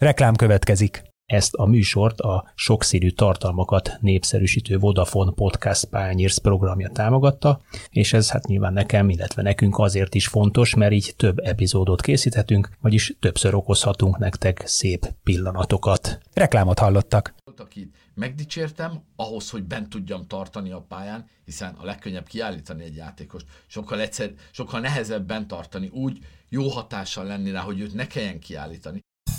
Reklám következik. Ezt a műsort a sokszínű tartalmakat népszerűsítő Vodafone Podcast Pioneers programja támogatta, és ez hát nyilván nekem, illetve nekünk azért is fontos, mert így több epizódot készíthetünk, vagyis többször okozhatunk nektek szép pillanatokat. Reklámot hallottak. Akit megdicsértem, ahhoz, hogy bent tudjam tartani a pályán, hiszen a legkönnyebb kiállítani egy játékost, sokkal nehezebb bent tartani, úgy jó hatással lenni rá, hogy őt ne kelljen kiállítani.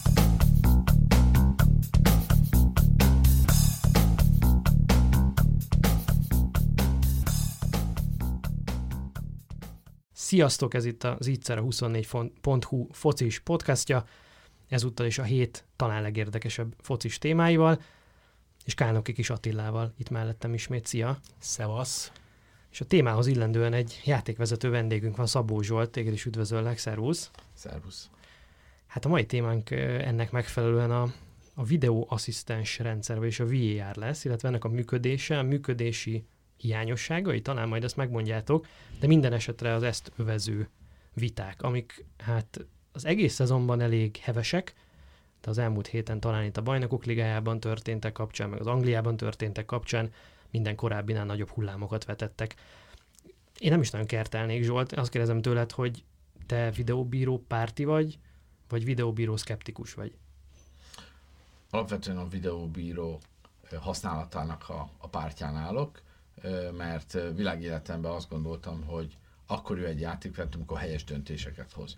Sziasztok, ez itt az Ittszer a 24.hu focis podcastja, ezúttal is a hét talán legérdekesebb focis témáival, és Kálnoki Kis Attilával itt mellettem ismét. Szia! Szevasz! És a témához illendően egy játékvezető vendégünk van, Szabó Zsolt, téged is üdvözöllek, szervusz! Szervusz! Hát a mai témánk ennek megfelelően a videóasszisztens rendszer, vagyis a VAR lesz, illetve ennek a működése, a működési hiányosságai, talán majd ezt megmondjátok, de minden esetre az ezt övező viták, amik hát az egész szezonban elég hevesek, de az elmúlt héten talán itt a Bajnokok Ligájában történtek kapcsán, meg az Angliában történtek kapcsán minden korábbinál nagyobb hullámokat vetettek. Én nem is nagyon kertelnék, Zsolt, azt kérdezem tőled, hogy te videóbíró párti vagy videóbíró szkeptikus vagy? Alapvetően a videóbíró használatának a pártján állok, mert világéletemben azt gondoltam, hogy akkor ő egy játékvezető, amikor helyes döntéseket hoz.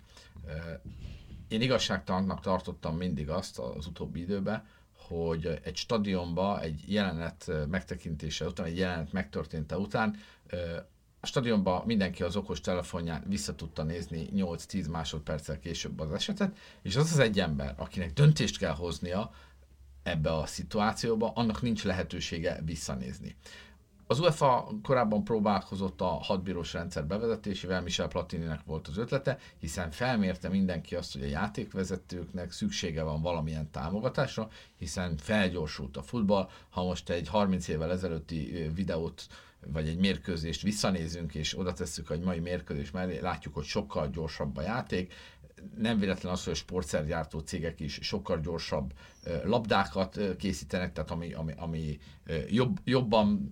Én igazságtalannak tartottam mindig azt az utóbbi időben, hogy egy stadionba egy jelenet megtekintése után, egy jelenet megtörténte után, a stadionban mindenki az okos telefonján vissza tudta nézni 8-10 másodperccel később az esetet, és az az egy ember, akinek döntést kell hoznia ebbe a szituációba, annak nincs lehetősége visszanézni. Az UEFA korábban próbálkozott a 6 bírós rendszer bevezetésével, Michel Platininek volt az ötlete, hiszen felmérte mindenki azt, hogy a játékvezetőknek szüksége van valamilyen támogatásra, hiszen felgyorsult a futball. Ha most egy 30 évvel ezelőtti videót vagy egy mérkőzést visszanézünk, és oda tesszük egy mai mérkőzés mellé, látjuk, hogy sokkal gyorsabb a játék. Nem véletlen az, hogy a sportszergyártó cégek is sokkal gyorsabb labdákat készítenek, tehát ami jobban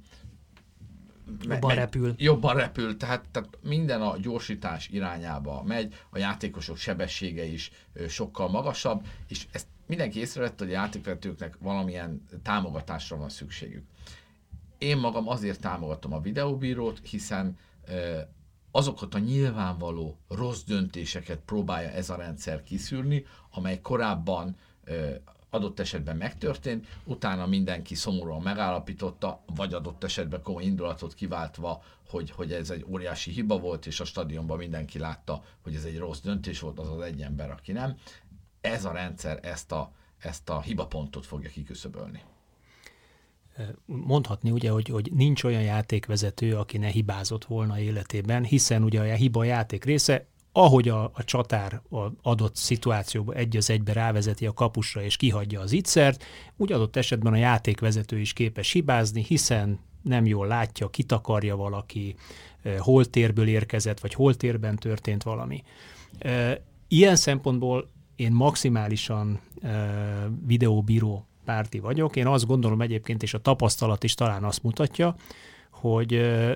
repül, tehát minden a gyorsítás irányába megy, a játékosok sebessége is sokkal magasabb, és ezt mindenki észrevette, hogy a játékvezetőknek valamilyen támogatásra van szükségük. Én magam azért támogatom a videóbírót, hiszen azokat a nyilvánvaló rossz döntéseket próbálja ez a rendszer kiszűrni, amely korábban adott esetben megtörtént, utána mindenki szomorúan megállapította, vagy adott esetben komoly indulatot kiváltva, hogy ez egy óriási hiba volt, és a stadionban mindenki látta, hogy ez egy rossz döntés volt, az az egy ember, aki nem. Ez a rendszer ezt a hibapontot fogja kiküszöbölni. Mondhatni ugye, hogy nincs olyan játékvezető, aki ne hibázott volna életében, hiszen ugye a hiba a játék része, ahogy a csatár a adott szituációban egy az egybe rávezeti a kapusra és kihagyja az ittszert, úgy adott esetben a játékvezető is képes hibázni, hiszen nem jól látja, kitakarja valaki, hol térből érkezett, vagy hol térben történt valami. Ilyen szempontból én maximálisan videóbíró párti vagyok. Én azt gondolom egyébként, és a tapasztalat is talán azt mutatja, hogy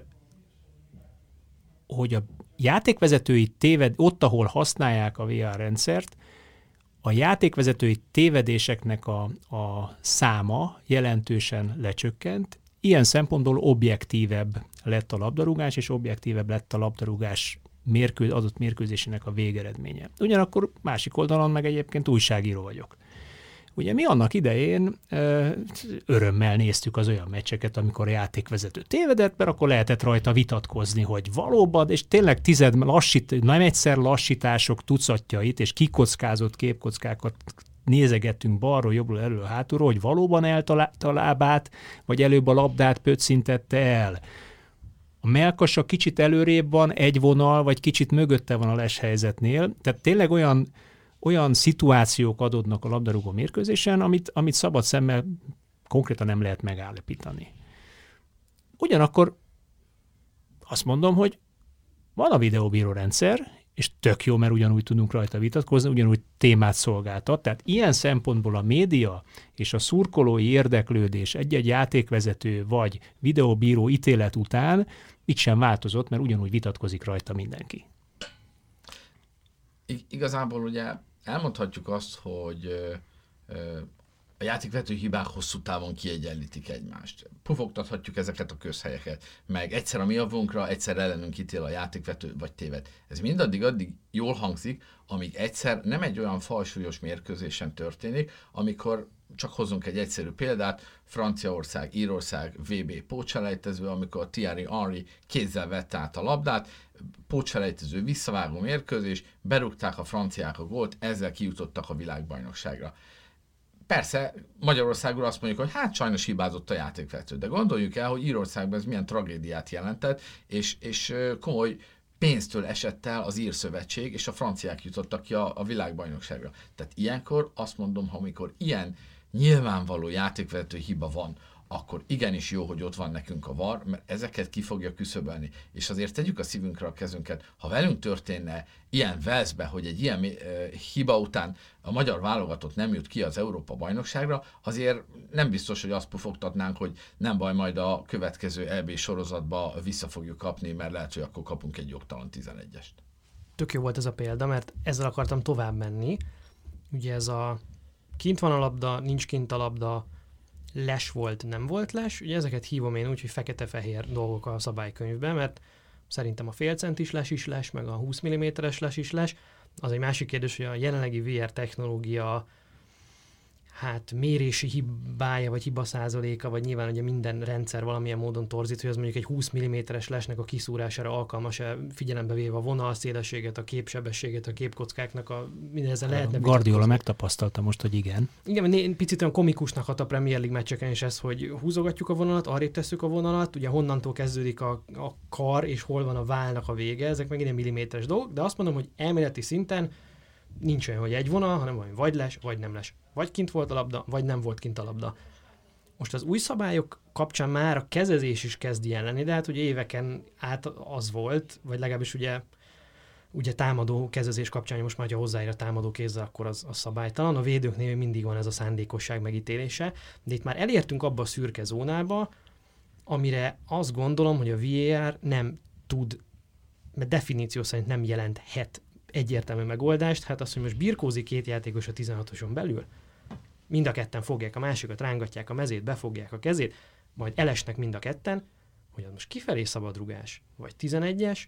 a játékvezetői ott, ahol használják a VR rendszert, a játékvezetői tévedéseknek a száma jelentősen lecsökkent. Ilyen szempontból objektívebb lett a labdarúgás, és objektívebb lett a labdarúgás adott mérkőzésének a végeredménye. Ugyanakkor másik oldalon meg egyébként újságíró vagyok. Ugye mi annak idején örömmel néztük az olyan meccseket, amikor a játékvezető tévedett, mert akkor lehetett rajta vitatkozni, hogy valóban, és tényleg nem egyszer lassítások tucatjait, és kikockázott képkockákat nézegettünk balról, jobbról, elől, hátulról, hogy valóban eltalálta a lábát, vagy előbb a labdát pöccintette el. A mellkasa kicsit előrébb van, egy vonal, vagy kicsit mögötte van a leshelyzetnél, tehát tényleg olyan szituációk adódnak a labdarúgó mérkőzésen, amit szabad szemmel konkrétan nem lehet megállapítani. Ugyanakkor azt mondom, hogy van a videóbíró rendszer, és tök jó, mert ugyanúgy tudunk rajta vitatkozni, ugyanúgy témát szolgáltat. Tehát ilyen szempontból a média és a szurkolói érdeklődés egy-egy játékvezető vagy videóbíró ítélet után itt sem változott, mert ugyanúgy vitatkozik rajta mindenki. Igazából ugye elmondhatjuk azt, hogy a játékvezető hibák hosszú távon kiegyenlítik egymást. Pufogtathatjuk ezeket a közhelyeket, meg egyszer a mi javunkra, egyszer ellenünk ítél a játékvezető, vagy téved. Ez addig jól hangzik, amíg egyszer nem egy olyan falsúlyos mérkőzésen történik, amikor csak hozunk egy egyszerű példát, Franciaország, Írország, VB pótselejtező, amikor Thierry Henry kézzel vette át a labdát, pótselejtező visszavágó mérkőzés, berúgták a franciák a gólt, ezzel kijutottak a világbajnokságra. Persze, Magyarországon azt mondjuk, hogy hát sajnos hibázott a játékvezető, de gondoljuk el, hogy Írországban ez milyen tragédiát jelentett, és komoly pénztől esett el az Ír Szövetség, és a franciák jutottak ki a világbajnokságra. Tehát ilyenkor azt mondom, amikor ilyen nyilvánvaló játékvezető hiba van, akkor igenis jó, hogy ott van nekünk a VAR, mert ezeket ki fogja küszöbölni. És azért tegyük a szívünkre a kezünket, ha velünk történne ilyen Walesbe, hogy egy ilyen hiba után a magyar válogatott nem jut ki az Európa-bajnokságra, azért nem biztos, hogy azt pufogtatnánk, hogy nem baj, majd a következő EB sorozatba vissza fogjuk kapni, mert lehet, hogy akkor kapunk egy jogtalan 11-est. Tök jó volt ez a példa, mert ezzel akartam tovább menni. Ugye ez a kint van a labda, nincs kint a labda, les volt, nem volt les. Ugye ezeket hívom én úgy, hogy fekete-fehér dolgok a szabálykönyvben, mert szerintem a fél centis les is les, meg a 20 mm-es les is les. Az egy másik kérdés, hogy a jelenlegi VR technológia mérési hibája, vagy hiba százaléka, vagy nyilván ugye minden rendszer valamilyen módon torzít, hogy az mondjuk egy 20 mm-es lesnek a kiszúrására alkalmas-e, figyelembe véve a vonalszélességet, a képsebességet, a képkockáknak, mindenezen lehetne Guardiola megtapasztalta most, hogy igen. Igen, picit olyan komikusnak hat a Premier League meccseken is ez, hogy húzogatjuk a vonalat, arrébb tesszük a vonalat, ugye honnantól kezdődik a kar, és hol van a válnak a vége, ezek meg ilyen milliméteres dolgok, de azt mondom, hogy elméleti szinten nincs olyan, hogy egy vonal, hanem vagy les, vagy nem les. Vagy kint volt a labda, vagy nem volt kint a labda. Most az új szabályok kapcsán már a kezezés is kezd ilyen lenni, de hát ugye éveken át az volt, vagy legalábbis ugye támadó kezezés kapcsán, most már, ha hozzáír a támadó kézzel, akkor az szabálytalan. A védőknél mindig van ez a szándékosság megítélése, de itt már elértünk abba a szürke zónába, amire azt gondolom, hogy a VAR nem tud, mert definíció szerint nem jelenthet egyértelmű megoldást, hát azt, hogy most birkózik két játékos a 16-oson belül, mind a ketten fogják a másikat, rángatják a mezét, befogják a kezét, majd elesnek mind a ketten, hogy az most kifelé szabadrugás, vagy 11-es,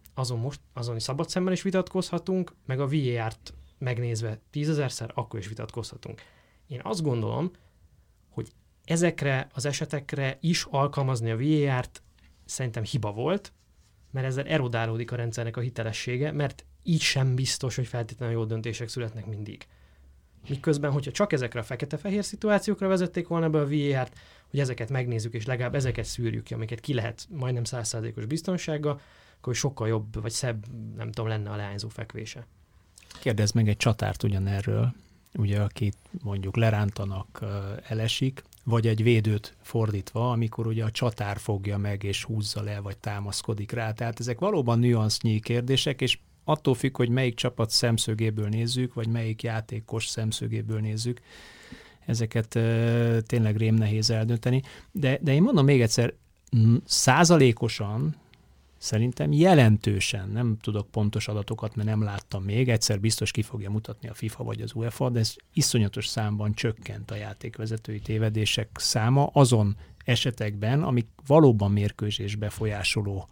azon is szabad szemmel is vitatkozhatunk, meg a VAR-t megnézve 10 000-szer, akkor is vitatkozhatunk. Én azt gondolom, hogy ezekre az esetekre is alkalmazni a VAR-t szerintem hiba volt, mert ezzel erodálódik a rendszernek a hitelessége, mert így sem biztos, hogy feltétlenül jó döntések születnek mindig. Miközben, hogyha csak ezekre a fekete-fehér szituációkra vezették volna be a VAR-t, hogy ezeket megnézzük, és legalább ezeket szűrjük ki, amiket ki lehet majdnem 100%-os biztonsággal, akkor sokkal jobb, vagy szebb, nem tudom, lenne a leányzó fekvése. Kérdezd meg egy csatárt ugyanerről, ugye akit mondjuk lerántanak, elesik, vagy egy védőt fordítva, amikor ugye a csatár fogja meg és húzza le, vagy támaszkodik rá. Tehát ezek valóban nüansznyi kérdések, és attól függ, hogy melyik csapat szemszögéből nézzük, vagy melyik játékos szemszögéből nézzük. Ezeket tényleg rém nehéz eldönteni. De én mondom még egyszer, százalékosan, szerintem jelentősen, nem tudok pontos adatokat, mert nem láttam még, egyszer biztos ki fogja mutatni a FIFA vagy az UEFA, de ez iszonyatos számban csökkent a játékvezetői tévedések száma azon esetekben, amik valóban mérkőzés befolyásoló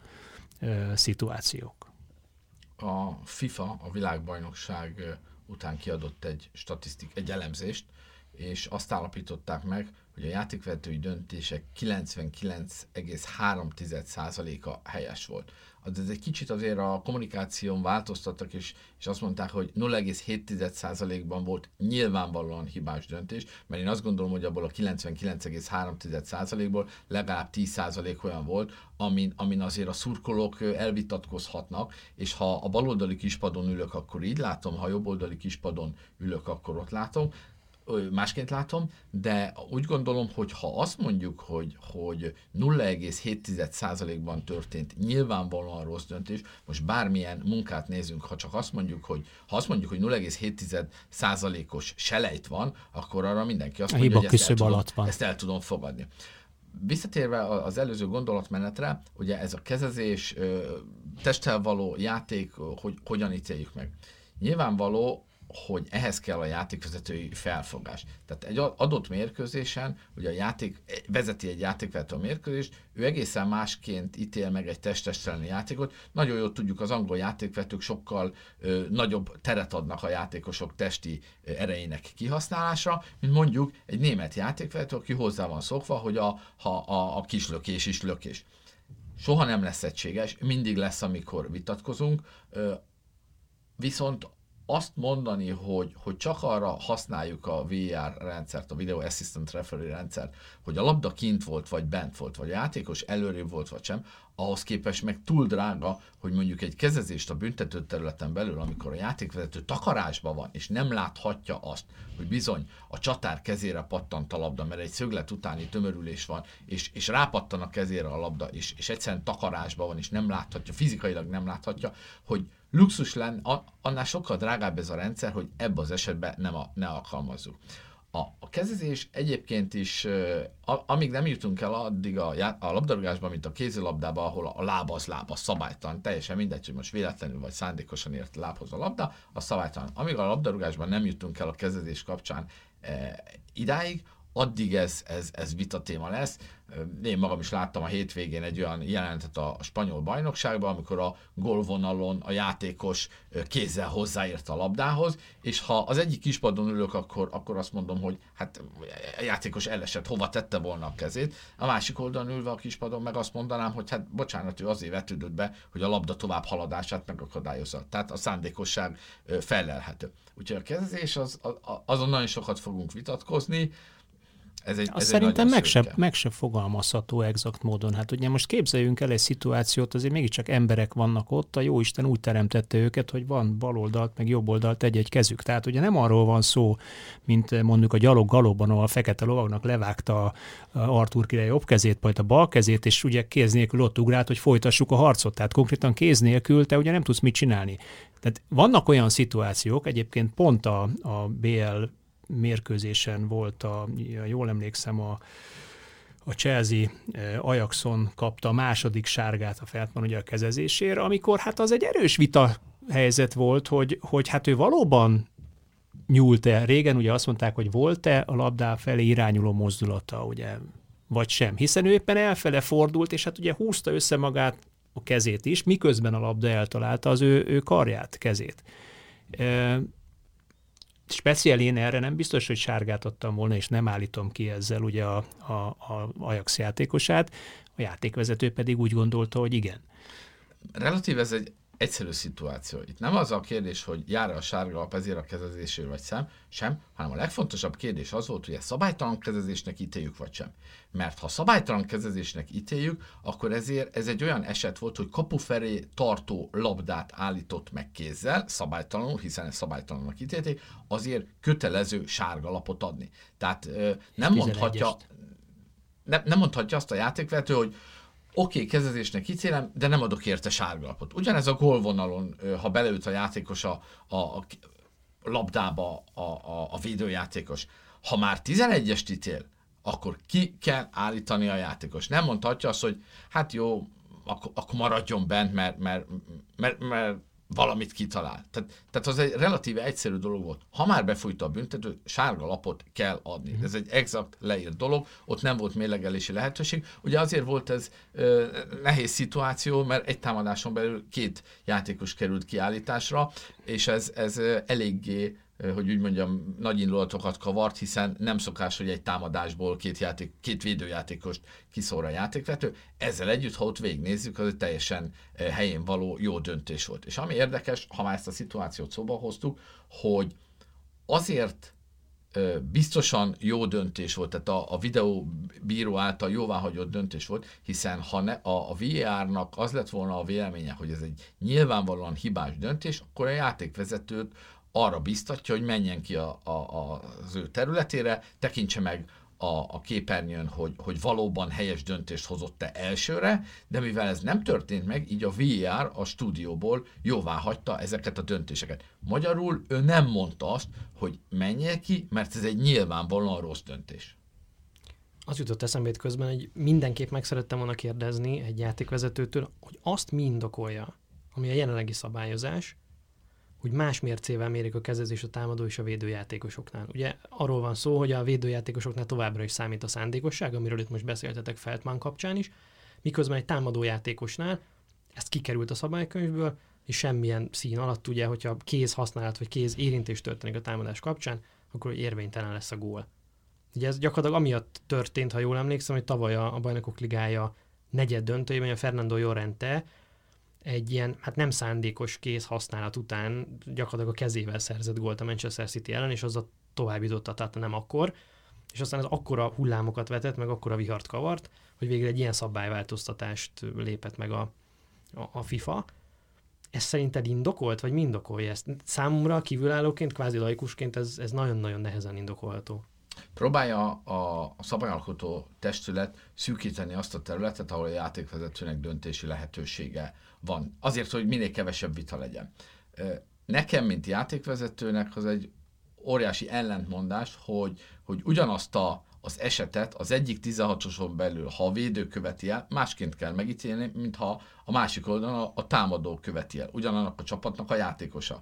szituációk. A FIFA a világbajnokság után kiadott egy elemzést, és azt állapították meg, hogy a játékvezetői döntések 99,3%-a helyes volt. Ez egy kicsit azért a kommunikáción változtattak, és azt mondták, hogy 0,7%-ban volt nyilvánvalóan hibás döntés, mert én azt gondolom, hogy abból a 99,3%-ból legalább 10% olyan volt, amin azért a szurkolók elvitatkozhatnak, és ha a baloldali kispadon ülök, akkor így látom, ha a jobboldali kispadon ülök, akkor ott látom. másként látom, de úgy gondolom, hogy ha azt mondjuk, hogy 0,7%-ban történt nyilvánvalóan rossz döntés, most bármilyen munkát nézünk, ha azt mondjuk, hogy 0,7%-os selejt van, akkor arra mindenki azt mondja, hogy ezt el tudom fogadni. Visszatérve az előző gondolatmenetre, ugye ez a kezezés, testtel való játék, hogy hogyan ítéljük meg. Nyilvánvaló, hogy ehhez kell a játékvezetői felfogás. Tehát egy adott mérkőzésen, ugye vezeti egy játékvezető a mérkőzést, ő egészen másként ítél meg egy test elleni játékot. Nagyon jól tudjuk, az angol játékvezetők sokkal nagyobb teret adnak a játékosok testi erejének kihasználása, mint mondjuk egy német játékvezető, aki hozzá van szokva, hogy a kislökés is lökés. Soha nem lesz egységes, mindig lesz, amikor vitatkozunk, viszont azt mondani, hogy csak arra használjuk a VAR rendszert, a Video Assistant Referee rendszert, hogy a labda kint volt, vagy bent volt, vagy a játékos előrébb volt, vagy sem, ahhoz képest meg túl drága, hogy mondjuk egy kezezést a büntető területen belül, amikor a játékvezető takarásban van, és nem láthatja azt, hogy bizony a csatár kezére pattant a labda, mert egy szöglet utáni tömörülés van, és rápattan a kezére a labda, és egyszerűen takarásban van, és nem láthatja, fizikailag nem láthatja, hogy luxus lenne, annál sokkal drágább ez a rendszer, hogy ebbe az esetben ne alkalmazzuk. A kezezés egyébként is, amíg nem jutunk el addig a labdarúgásban, mint a kézilabdában, ahol a láb az szabálytalan, teljesen mindegy, hogy most véletlenül vagy szándékosan ért lábhoz a labda, a szabálytalan. Amíg a labdarúgásban nem jutunk el a kezezés kapcsán idáig, addig ez vitatéma lesz. Én magam is láttam a hétvégén egy olyan jelenetet a spanyol bajnokságban, amikor a gólvonalon a játékos kézzel hozzáért a labdához, és ha az egyik kispadon ülök, akkor azt mondom, hogy hát a játékos elesett, hova tette volna a kezét. A másik oldalon ülve a kispadon meg azt mondanám, hogy hát bocsánat, ő azért vetődött be, hogy a labda tovább haladását megakadályozza. Tehát a szándékosság felelhető. Úgyhogy a kezezés azon nagyon sokat fogunk vitatkozni. Szerintem meg se fogalmazható exakt módon. Hát ugye most képzeljünk el egy szituációt, azért mégiscsak emberek vannak ott, a Jóisten úgy teremtette őket, hogy van baloldalt, meg jobboldalt egy-egy kezük. Tehát ugye nem arról van szó, mint mondjuk a gyalog galopban, ahol a fekete lovagnak levágta Artúr király jobb kezét, majd a bal kezét, és ugye kéz nélkül ott ugrált, hogy folytassuk a harcot. Tehát konkrétan kéz nélkül te ugye nem tudsz mit csinálni. Tehát vannak olyan szituációk, egyébként pont a BL mérkőzésen volt, jól emlékszem, a Chelsea Ajaxon kapta a második sárgát a Feldman ugye a kezezésért, amikor hát az egy erős vita helyzet volt, hogy hát ő valóban nyúlt-e. Régen ugye azt mondták, hogy volt-e a labdá felé irányuló mozdulata, ugye, vagy sem. Hiszen ő éppen elfele fordult, és hát ugye húzta össze magát a kezét is, miközben a labda eltalálta az ő karját, kezét. Speciál én erre nem biztos, hogy sárgát adtam volna, és nem állítom ki ezzel ugye a Ajax játékosát, a játékvezető pedig úgy gondolta, hogy igen. Relatív ez egy egyszerű szituáció. Itt nem az a kérdés, hogy jár-e a sárga ezért a kezezésért vagy sem, hanem a legfontosabb kérdés az volt, hogy ezt szabálytalan kezezésnek ítéljük vagy sem. Mert ha szabálytalan kezezésnek ítéljük, akkor ezért ez egy olyan eset volt, hogy kapu felé tartó labdát állított meg kézzel, szabálytalanul, hiszen ezt szabálytalannak ítélték, azért kötelező sárga lapot adni. Tehát nem mondhatja azt a játékvezető, hogy oké, kezezésnek ítélem, de nem adok érte sárgalapot. Ugyanez a gólvonalon, ha beleült a játékos a labdába a védőjátékos. Ha már 11-est ítél, akkor ki kell állítani a játékos. Nem mondhatja azt, hogy hát jó, akkor maradjon bent, mert valamit kitalál. Tehát az egy relatíve egyszerű dolog volt. Ha már befújta a büntető, sárga lapot kell adni. Ez egy exakt leírt dolog, ott nem volt mérlegelési lehetőség. Ugye azért volt ez nehéz szituáció, mert egy támadáson belül 2 játékos került kiállításra, és ez eléggé, hogy úgy mondjam, nagy indulatokat kavart, hiszen nem szokás, hogy egy támadásból 2 védőjátékost kiszór a játékvető. Ezzel együtt, ha ott végignézzük, az egy teljesen helyén való jó döntés volt. És ami érdekes, ha már ezt a szituációt szóba hoztuk, hogy azért biztosan jó döntés volt, tehát a videóbíró által jóváhagyott döntés volt, hiszen ha a VAR-nak az lett volna a véleménye, hogy ez egy nyilvánvalóan hibás döntés, akkor a játékvezetőt arra biztatja, hogy menjen ki az ő területére, tekintse meg a képernyőn, hogy valóban helyes döntést hozott-e elsőre, de mivel ez nem történt meg, így a VAR a stúdióból jóvá hagyta ezeket a döntéseket. Magyarul ő nem mondta azt, hogy menjen ki, mert ez egy nyilvánvalóan rossz döntés. Az jutott eszembe itt közben, hogy mindenképp meg szerettem volna kérdezni egy játékvezetőtől, hogy azt mi indokolja, ami a jelenlegi szabályozás, hogy más mércével mérik a kezezés a támadó és a védőjátékosoknál. Ugye arról van szó, hogy a védőjátékosoknál továbbra is számít a szándékosság, amiről itt most beszéltetek Feldman kapcsán is, miközben egy támadójátékosnál ezt kikerült a szabálykönyvből, és semmilyen szín alatt, ugye, hogyha kéz használat vagy kéz érintés történik a támadás kapcsán, akkor érvénytelen lesz a gól. Ugye ez gyakorlatilag amiatt történt, ha jól emlékszem, hogy tavaly a Bajnokok Ligája negyed döntőjében a Fernando Llorente egy ilyen, hát nem szándékos kéz használat után gyakorlatilag a kezével szerzett gólt a Manchester City ellen, és azzal tovább jutott, tehát nem akkor, és aztán ez akkora hullámokat vetett, meg akkora vihart kavart, hogy végre egy ilyen szabályváltoztatást lépett meg a FIFA. Ez szerinted indokolt, vagy mi indokolja ezt? Számomra kívülállóként, kvázi laikusként ez nagyon-nagyon nehezen indokolható. Próbálja a szabályalkotó testület szűkíteni azt a területet, ahol a játékvezetőnek döntési lehetősége van. Azért, hogy minél kevesebb vita legyen. Nekem, mint játékvezetőnek, az egy óriási ellentmondás, hogy ugyanazt az esetet az egyik 16-oson belül, ha a védő követi el, másként kell megítélni, mintha a másik oldalon a támadó követi el. Ugyanannak a csapatnak a játékosa.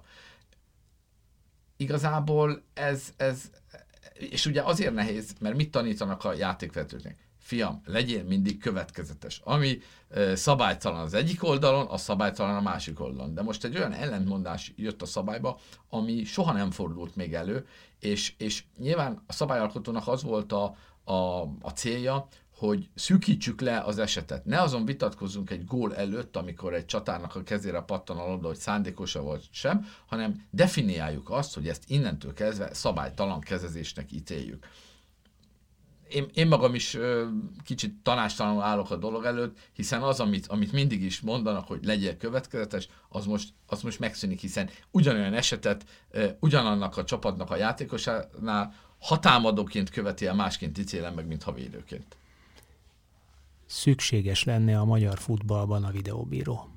Igazából ez és ugye azért nehéz, mert mit tanítanak a játékvezetőknek? Fiam, legyél mindig következetes. Ami szabálytalan az egyik oldalon, az szabálytalan a másik oldalon. De most egy olyan ellentmondás jött a szabályba, ami soha nem fordult még elő, és nyilván a szabályalkotónak az volt a célja, hogy szűkítsük le az esetet. Ne azon vitatkozzunk egy gól előtt, amikor egy csatárnak a kezére pattan a labda, hogy szándékosa volt sem, hanem definiáljuk azt, hogy ezt innentől kezdve szabálytalan kezezésnek ítéljük. Én magam is kicsit tanástalanul állok a dolog előtt, hiszen az, amit mindig is mondanak, hogy legyél következetes, az most megszűnik, hiszen ugyanolyan esetet ugyanannak a csapatnak a játékosánál, ha támadóként követi el, másként ítélem meg, mint ha védőként. Szükséges lenne a magyar futballban a videóbíró.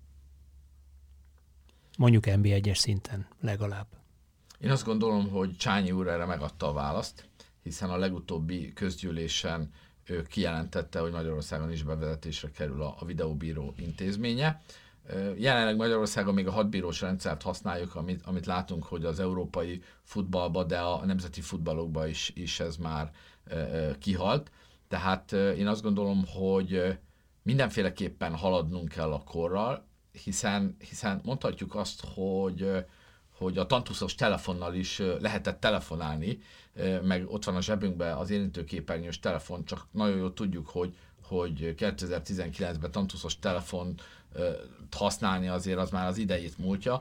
Mondjuk NB1-es szinten legalább. Én azt gondolom, hogy Csányi úr erre megadta a választ, hiszen a legutóbbi közgyűlésen ő kijelentette, hogy Magyarországon is bevezetésre kerül a videóbíró intézménye. Jelenleg Magyarországon még a 6 bírós rendszert használjuk, amit látunk, hogy az európai futballban, de a nemzeti futballokban is ez már kihalt. Tehát én azt gondolom, hogy mindenféleképpen haladnunk kell a korral, hiszen mondhatjuk azt, hogy a tantuszos telefonnal is lehetett telefonálni, meg ott van a zsebünkben az érintőképernyős telefon, csak nagyon jól tudjuk, hogy 2019-ben tantuszos telefont használni azért az már az idejét múltja,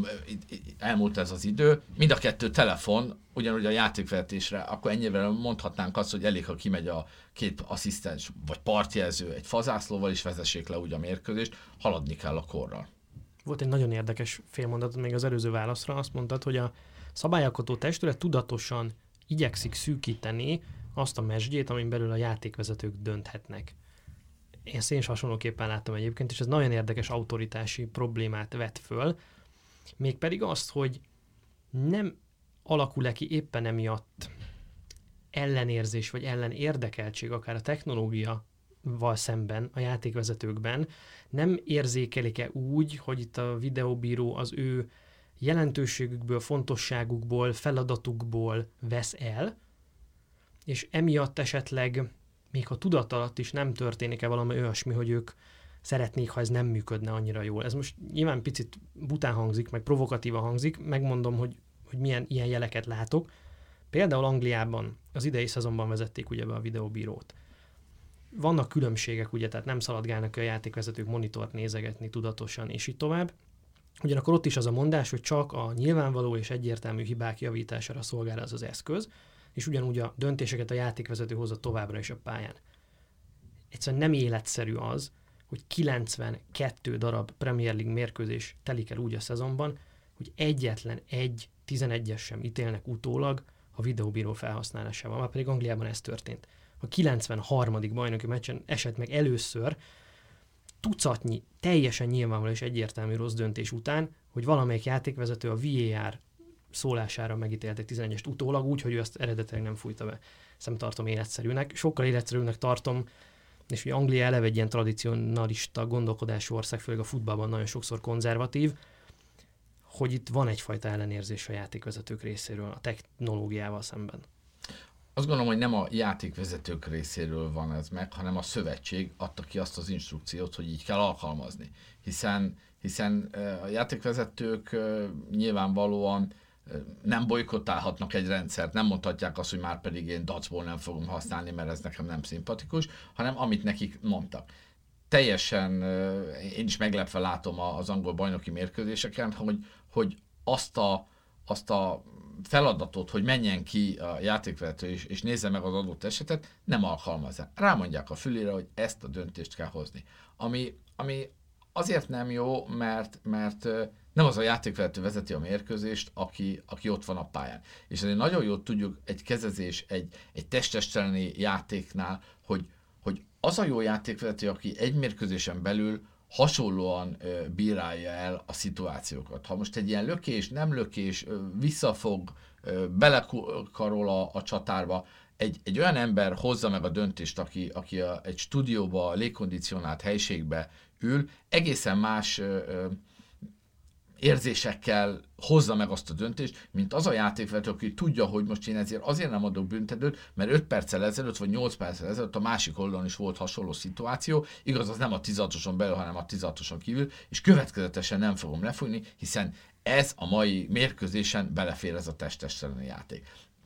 elmúlt ez az idő, mind a kettő telefon, ugyanúgy a játékvezetésre, akkor ennyivel mondhatnánk azt, hogy elég, ha kimegy a két asszisztens vagy partjelző egy fazászlóval, és vezessék le úgy a mérkőzést, haladni kell a korral. Volt egy nagyon érdekes félmondatod még az előző válaszra, azt mondtad, hogy a szabályalkotó testület tudatosan igyekszik szűkíteni azt a mezsgyét, amin belül a játékvezetők dönthetnek. Én is hasonlóképpen láttam egyébként, és ez nagyon érdekes autoritási problémát vet föl, mégpedig azt, hogy nem alakul-e ki éppen emiatt ellenérzés vagy ellenérdekeltség akár a technológiaval szemben a játékvezetőkben, nem érzékelik-e úgy, hogy itt a videóbíró az ő jelentőségükből, fontosságukból, feladatukból vesz el, és emiatt esetleg még ha tudat alatt is nem történik-e valami olyasmi, hogy ők szeretnék, ha ez nem működne annyira jól. Ez most nyilván picit bután hangzik, meg provokatívan hangzik, megmondom, hogy milyen ilyen jeleket látok. Például Angliában az idei szezonban vezették ugye be a videóbírót. Vannak különbségek, ugye, tehát nem szaladgálnak a játékvezetők monitort nézegetni tudatosan, és így tovább. Ugyanakkor ott is az a mondás, hogy csak a nyilvánvaló és egyértelmű hibák javítására szolgál az az eszköz, és ugyanúgy a döntéseket a játékvezető hozza továbbra is a pályán. Egyszerűen nem életszerű az, hogy 92 darab Premier League mérkőzés telik el úgy a szezonban, hogy egyetlen egy 11-es sem ítélnek utólag a videóbíró felhasználásával, már pedig Angliában ez történt. A 93. bajnoki meccsen esett meg először tucatnyi teljesen nyilvánvaló és egyértelmű rossz döntés után, hogy valamelyik játékvezető a VAR szólására megítélt egy 11-est utólag úgy, hogy ő azt eredetileg nem fújta be. Ezt nem tartom életszerűnek. Sokkal életszerűnek tartom, és hogy Anglia eleve egy ilyen tradicionalista gondolkodású ország, főleg a futballban nagyon sokszor konzervatív, hogy itt van egyfajta ellenérzés a játékvezetők részéről a technológiával szemben. Azt gondolom, hogy nem a játékvezetők részéről van ez meg, hanem a szövetség adta ki azt az instrukciót, hogy így kell alkalmazni. Hiszen a játékvezetők nyilvánvalóan nem bolykottálhatnak egy rendszert, nem mondhatják azt, hogy már pedig én dacból nem fogom használni, mert ez nekem nem szimpatikus, hanem amit nekik mondtak. Teljesen, én is meglepve látom az angol bajnoki mérkőzéseken, hogy azt a feladatot, hogy menjen ki a játékvezető és nézze meg az adott esetet, nem alkalmazza. Rámondják a fülére, hogy ezt a döntést kell hozni. Ami azért nem jó, mert nem az a játékvezető vezeti a mérkőzést, aki ott van a pályán. És ezért nagyon jól tudjuk egy kezezés, egy test-test-elleni játéknál, hogy az a jó játékvezető, aki egy mérkőzésen belül hasonlóan bírálja el a szituációkat. Ha most egy ilyen lökés, nem lökés, visszafog, belekarol a csatárba, egy olyan ember hozza meg a döntést, aki egy stúdióba, légkondicionált helységbe ül, egészen más érzésekkel hozza meg azt a döntést, mint az a játékvezető, aki tudja, hogy most én azért nem adok büntetőt, mert 5 perccel ezelőtt, vagy 8 perccel ezelőtt a másik oldalon is volt hasonló szituáció, igaz, az nem a 16-oson belül, hanem a 16-oson kívül, és következetesen nem fogom lefújni, hiszen ez a mai mérkőzésen belefér ez a test-test elleni játék.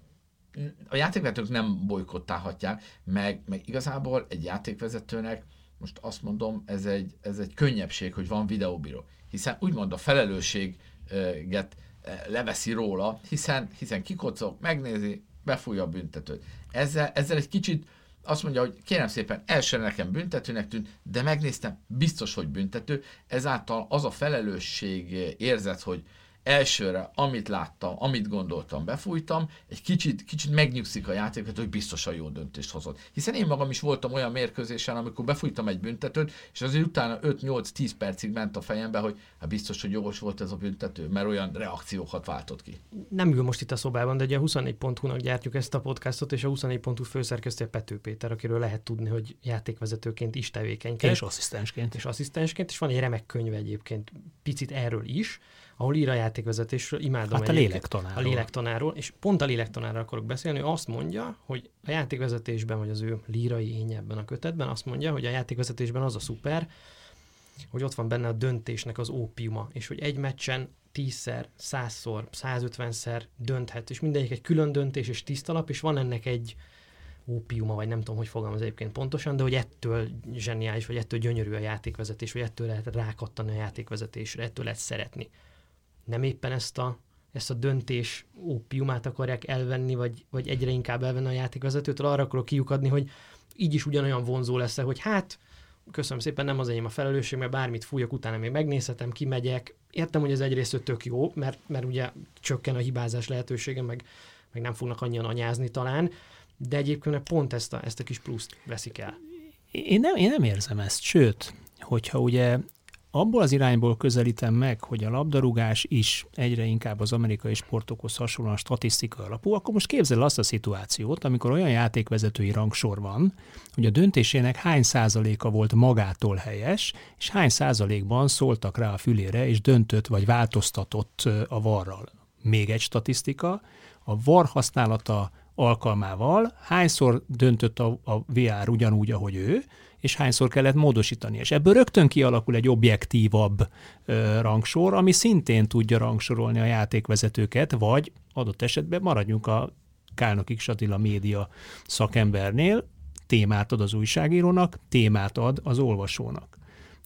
A játékvezetők nem bolykottálhatják, meg igazából egy játékvezetőnek, most azt mondom, ez egy könnyebbség, hogy van videóbíró. Hiszen úgymond a felelősséget leveszi róla, hiszen kikocog, megnézi, befújja a büntetőt. Ezzel egy kicsit azt mondja, hogy kérem szépen, elsőre nekem büntetőnek tűnt, de megnéztem, biztos, hogy büntető. Ezáltal az a felelősség érzet, hogy elsőre, amit láttam, amit gondoltam, befújtam, egy kicsit megnyugszik a játékot, hogy biztosan jó döntést hozott. Hiszen én magam is voltam olyan mérkőzésen, amikor befújtam egy büntetőt, és azért utána 5-8-10 percig ment a fejembe, hogy hát biztos, hogy jogos volt ez a büntető, mert olyan reakciókat váltott ki. Nem ül most itt a szobában, de ugye a 24.hu-nak gyártjuk ezt a podcastot, és a 24.hu főszerkesztője Pető Péter, akiről lehet tudni, hogy játékvezetőként is tevékenykedik. És asszisztensként. És van egy remek könyve egyébként picit erről is, ahol ír a játékvezetésről, imádom. Hát a lélektanáról. És pont a lélektanáról akarok beszélni, ő azt mondja, hogy a játékvezetésben, vagy az ő lírai énje ebben a kötetben, azt mondja, hogy a játékvezetésben az a szuper, hogy ott van benne a döntésnek az ópiuma, és hogy egy meccsen 10-szer, 100-szor, 150-szer dönthet, és mindegyik egy külön döntés és tisztalap, és van ennek egy ópiuma, vagy nem tudom, hogy fogalmaz egyébként pontosan, de hogy ettől zseniális, vagy ettől gyönyörű a játékvezetés, vagy ettől lehet rákattani a játékvezetésre, ettől lehet szeretni. Nem éppen ezt a döntés ópiumát akarják elvenni, vagy egyre inkább elvenni a játékvezetőtől, arra akarok kiukadni, hogy így is ugyanolyan vonzó lesz, hogy hát, köszönöm szépen, nem az enyém a felelősség, mert bármit fújok, utána még megnézhetem, kimegyek. Értem, hogy ez egyrészt tök jó, mert ugye csökken a hibázás lehetősége, meg nem fognak annyian anyázni talán, de egyébként pont ezt a kis pluszt veszik el. Én nem érzem ezt, sőt, hogyha ugye abból az irányból közelítem meg, hogy a labdarúgás is egyre inkább az amerikai sportokhoz hasonlóan statisztikai alapú, akkor most képzel azt a szituációt, amikor olyan játékvezetői rangsor van, hogy a döntésének hány százaléka volt magától helyes, és hány százalékban szóltak rá a fülére, és döntött vagy változtatott a VAR-ral. Még egy statisztika, a VAR használata alkalmával hányszor döntött a VR ugyanúgy, ahogy ő, és hányszor kellett módosítani. És ebből rögtön kialakul egy objektívabb rangsor, ami szintén tudja rangsorolni a játékvezetőket, vagy adott esetben maradjunk a Kálnoky X Attila média szakembernél, témát ad az újságírónak, témát ad az olvasónak.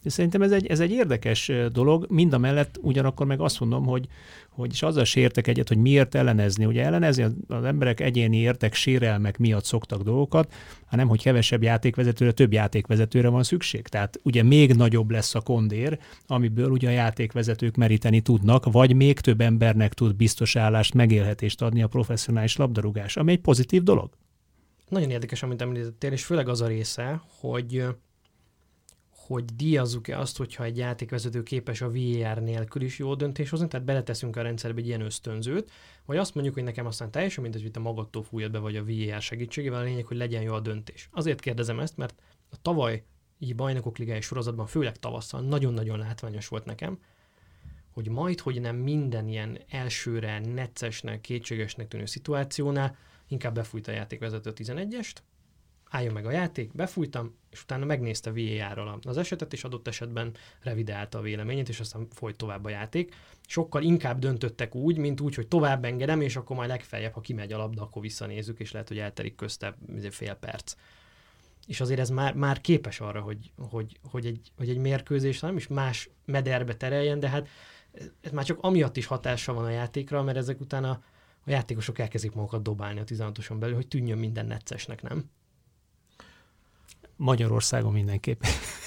Szerintem ez egy érdekes dolog, mindamellett ugyanakkor meg azt mondom, hogy és azzal se értek egyet, hogy miért ellenezni. Ugye ellenezni az emberek egyéni értek, sérelmek miatt szoktak dolgokat, hanem hogy kevesebb játékvezetőre, több játékvezetőre van szükség. Tehát ugye még nagyobb lesz a kondér, amiből ugye a játékvezetők meríteni tudnak, vagy még több embernek tud biztos állást, megélhetést adni a professzionális labdarúgás, ami egy pozitív dolog. Nagyon érdekes, amit említettél, és főleg az a része, hogy díjazzuk-e azt, hogyha egy játékvezető képes a VAR nélkül is jó döntés hozni, tehát beleteszünk a rendszerbe egy ilyen ösztönzőt, vagy azt mondjuk, hogy nekem aztán teljesen mindegy, hogy te magadtól fújjad be, vagy a VAR segítségével, a lényeg, hogy legyen jó a döntés. Azért kérdezem ezt, mert a tavalyi Bajnokok Ligája sorozatban, főleg tavasszal nagyon-nagyon látványos volt nekem, hogy hogy nem minden ilyen elsőre neccesnek, kétségesnek tűnő szituációnál inkább befújt a játékvezető 11-est, álljon meg a játék, befújtam, és utána megnézte VAR-ral az esetet, és adott esetben revideálta a véleményét, és aztán folyt tovább a játék. Sokkal inkább döntöttek úgy, mint úgy, hogy tovább engedem, és akkor majd legfeljebb, ha kimegy a labda, akkor visszanézzük, és lehet, hogy eltelik közte fél perc. És azért ez már képes arra, hogy egy mérkőzés nem is más mederbe tereljen, de hát ez már csak amiatt is hatással van a játékra, mert ezek után a játékosok elkezdik magukat dobálni a 16-oson belül, hogy tűnjön minden neccesnek, nem? Magyarországon mindenképp.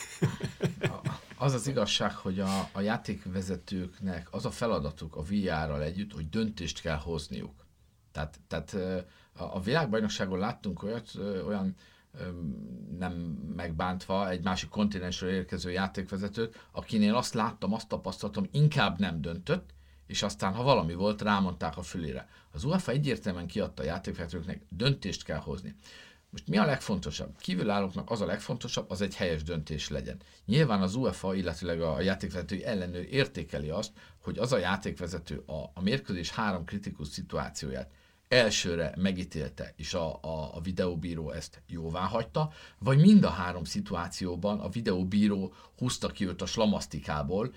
Az az igazság, hogy a játékvezetőknek az a feladatuk a VR-ral együtt, hogy döntést kell hozniuk. Tehát a világbajnokságon láttunk olyan nem megbántva egy másik kontinensről érkező játékvezetőt, akinél azt láttam, azt tapasztaltam, inkább nem döntött, és aztán, ha valami volt, rámondták a fülére. Az UEFA egyértelműen kiadta a játékvezetőknek, döntést kell hozni. Most mi a legfontosabb? Kívülállóknak az a legfontosabb, az egy helyes döntés legyen. Nyilván az UEFA, illetőleg a játékvezetői ellenőr értékeli azt, hogy az a játékvezető a mérkőzés 3 kritikus szituációját elsőre megítélte, és a videóbíró ezt jóvá hagyta, vagy mind a 3 szituációban a videóbíró húzta ki őt a slamasztikából,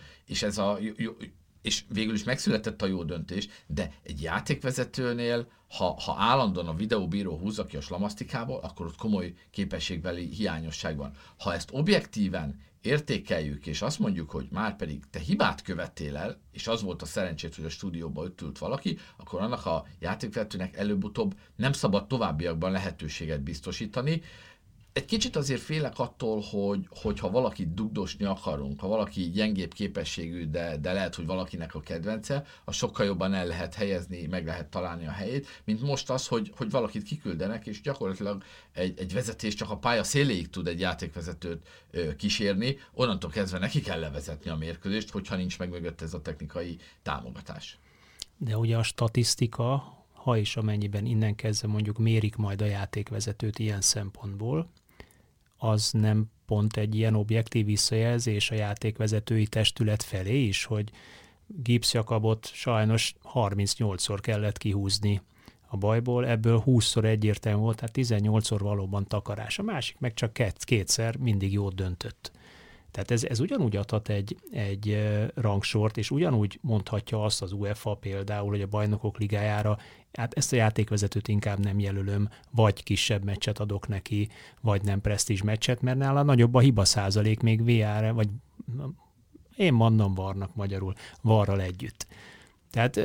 és végül is megszületett a jó döntés, de egy játékvezetőnél, ha állandóan a videóbíró húzza ki a slamasztikából, akkor ott komoly képességbeli hiányosság van. Ha ezt objektíven értékeljük, és azt mondjuk, hogy már pedig te hibát követtél el, és az volt a szerencsét, hogy a stúdióban ott ült valaki, akkor annak a játékvezetőnek előbb-utóbb nem szabad továbbiakban lehetőséget biztosítani. Egy kicsit azért félek attól, hogy ha valakit dugdosni akarunk, ha valaki gyengébb képességű, de lehet, hogy valakinek a kedvence, az sokkal jobban el lehet helyezni, meg lehet találni a helyét, mint most az, hogy valakit kiküldenek, és gyakorlatilag egy vezetés csak a pálya széléig tud egy játékvezetőt kísérni, onnantól kezdve neki kell levezetni a mérkőzést, hogyha nincs meg mögött ez a technikai támogatás. De ugye a statisztika, ha és amennyiben innen kezdve mondjuk mérik majd a játékvezetőt ilyen szempontból, az nem pont egy ilyen objektív visszajelzés a játékvezetői testület felé is, hogy Gibbs Jakabot sajnos 38-szor kellett kihúzni a bajból, ebből 20-szor egyértelmű volt, tehát 18-szor valóban takarás. A másik meg csak kétszer mindig jót döntött. Tehát ez ugyanúgy adhat egy rangsort, és ugyanúgy mondhatja azt az UEFA például, hogy a Bajnokok Ligájára, hát ezt a játékvezetőt inkább nem jelölöm, vagy kisebb meccset adok neki, vagy nem presztízs meccset, mert nála nagyobb a hiba százalék még VR-re, vagy én mondom varnak magyarul, varral együtt. Tehát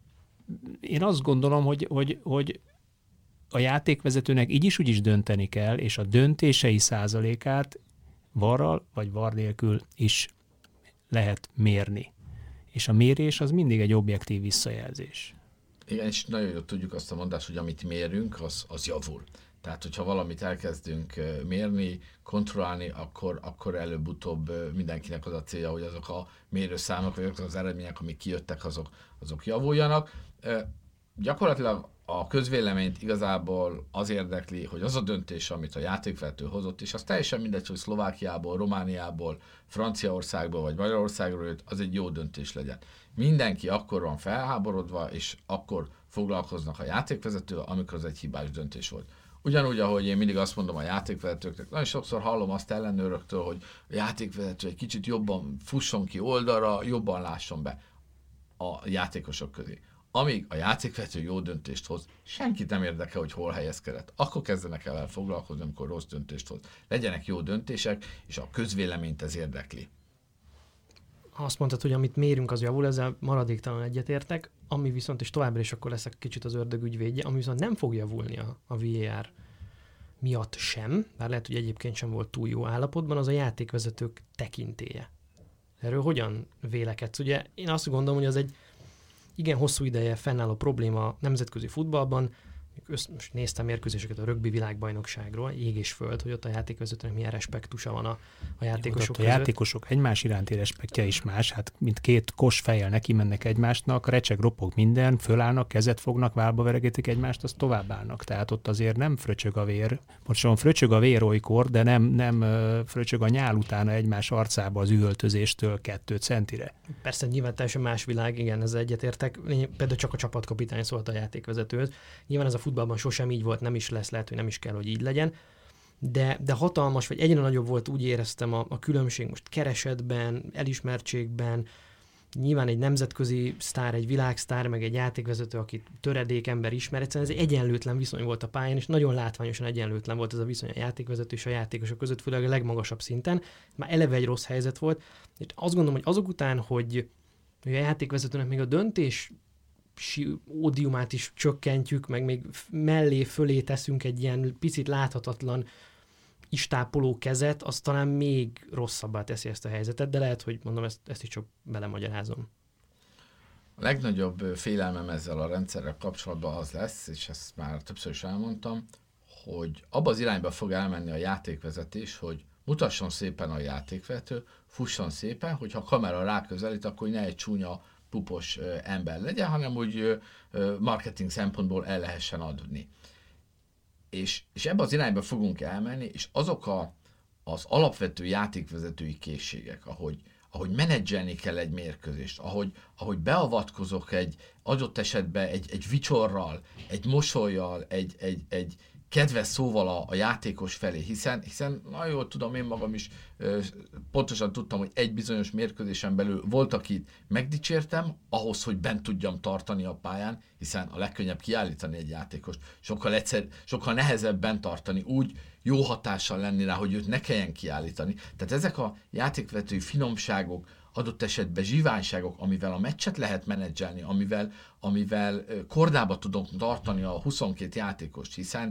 én azt gondolom, hogy a játékvezetőnek így is úgy is dönteni kell, és a döntései százalékát varral vagy var nélkül is lehet mérni. És a mérés az mindig egy objektív visszajelzés. Igen, és nagyon jól tudjuk azt a mondást, hogy amit mérünk, az javul. Tehát, hogyha valamit elkezdünk mérni, kontrollálni, akkor előbb-utóbb mindenkinek az a célja, hogy azok a mérőszámok, vagy azok az eredmények, amik kijöttek, azok javuljanak. Gyakorlatilag a közvéleményt igazából az érdekli, hogy az a döntés, amit a játékvezető hozott, és az teljesen mindegy, hogy Szlovákiából, Romániából, Franciaországból vagy Magyarországról jött, az egy jó döntés legyen. Mindenki akkor van felháborodva, és akkor foglalkoznak a játékvezetővel, amikor az egy hibás döntés volt. Ugyanúgy, ahogy én mindig azt mondom a játékvezetőknek, nagyon sokszor hallom azt ellenőröktől, hogy a játékvezető egy kicsit jobban fusson ki oldalra, jobban lásson be a játékosok közé. Amíg a játékvezető jó döntést hoz, senkit nem érdekel, hogy hol helyezkedett. Akkor kezdenek el foglalkozni, amikor rossz döntést hoz. Legyenek jó döntések, és a közvéleményt ez érdekli. azt mondtad, hogy amit mérünk, az javul, ezzel maradéktalan egyetértek, ami viszont, és továbbra is akkor leszek kicsit az ördög ügyvédje, ami viszont nem fog javulni a VAR miatt sem, bár lehet, hogy egyébként sem volt túl jó állapotban, az a játékvezetők tekintélye. Erről hogyan vélekedsz? Ugye én azt gondolom, hogy az egy igen hosszú ideje fennálló probléma a nemzetközi futballban. Most néztem mérkőzéseket a rögbi világbajnokságról, ég és föld, hogy ott a játékvezetőnek milyen respektusa van a játékosok között. A játékosok egymás iránti respektje is más, hát mint két kos fejjel neki mennek egymásnak, recseg, ropog minden, fölállnak, kezet fognak, válba veregítik egymást, azt tovább állnak. Tehát ott azért nem fröcsög a vér, most fröcsög a vér olykor, de nem fröcsög a nyál utána egymás arcába az üvöltözéstől 2 centire. Persze nyilván teljesen más világ, igen, ezzel egyetértek. Például csak a csapatkapitány szólt a játékvezetőhöz. Nyilván ez a futballban sosem így volt, nem is lesz, lehet, hogy nem is kell, hogy így legyen, de hatalmas, vagy egyre nagyobb volt, úgy éreztem a különbség most keresetben, elismertségben, nyilván egy nemzetközi sztár, egy világsztár, meg egy játékvezető, akit töredék ember ismer, egyszerűen ez egy egyenlőtlen viszony volt a pályán, és nagyon látványosan egyenlőtlen volt ez a viszony a játékvezető és a játékosok között, főleg a legmagasabb szinten. Már eleve egy rossz helyzet volt, és azt gondolom, hogy azok után, hogy a játékvezetőnek még a döntés ódiumát is csökkentjük, meg még fölé teszünk egy ilyen picit láthatatlan istápoló kezet, az talán még rosszabbá teszi ezt a helyzetet, de lehet, hogy mondom, ezt is csak belemagyarázom. A legnagyobb félelmem ezzel a rendszerrel kapcsolatban az lesz, és ezt már többször is elmondtam, hogy abba az irányba fog elmenni a játékvezetés, hogy mutasson szépen a játékvezető, fusson szépen, hogyha a kamera ráközelít, akkor ne egy csúnya pupos ember legyen, hanem úgy marketing szempontból el lehessen adni. És ebbe az irányba fogunk elmenni, és azok az alapvető játékvezetői készségek, ahogy menedzselni kell egy mérkőzést, ahogy beavatkozok egy adott esetben egy vicsorral, egy mosollyal, egy kedves szóval a játékos felé, hiszen nagyon jól tudom, én magam is pontosan tudtam, hogy egy bizonyos mérkőzésen belül volt, akit megdicsértem, ahhoz, hogy bent tudjam tartani a pályán, hiszen a legkönnyebb kiállítani egy játékost, sokkal nehezebb bent tartani, úgy jó hatással lenni rá, hogy őt ne kelljen kiállítani. Tehát ezek a játékvetői finomságok, adott esetben zsiványságok, amivel a meccset lehet menedzselni, amivel kordába tudom tartani a 22 játékost, hiszen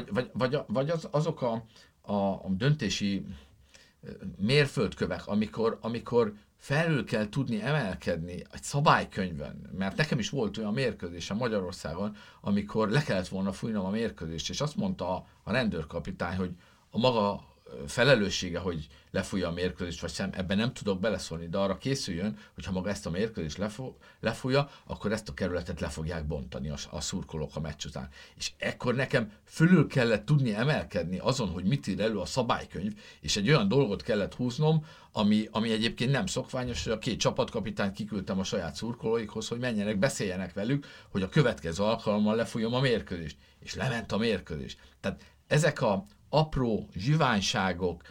vagy azok a döntési mérföldkövek, amikor felül kell tudni emelkedni egy szabálykönyvön, mert nekem is volt olyan mérkőzésem Magyarországon, amikor le kellett volna fújnom a mérkőzést, és azt mondta a rendőrkapitány, hogy a maga felelőssége, hogy lefújja a mérkőzést, vagy sem, ebben nem tudok beleszólni, de arra készüljön, hogyha maga ezt a mérkőzést lefújja, akkor ezt a kerületet le fogják bontani a szurkolók a meccs után. És ekkor nekem fölül kellett tudni emelkedni azon, hogy mit ír elő a szabálykönyv, és egy olyan dolgot kellett húznom, ami egyébként nem szokványos, hogy a 2 csapatkapitányt kiküldtem a saját szurkolóikhoz, hogy menjenek, beszéljenek velük, hogy a következő alkalommal lefújjam a mérkőzést. És lement a mérkőzés. Tehát ezek a apró zsiványságok,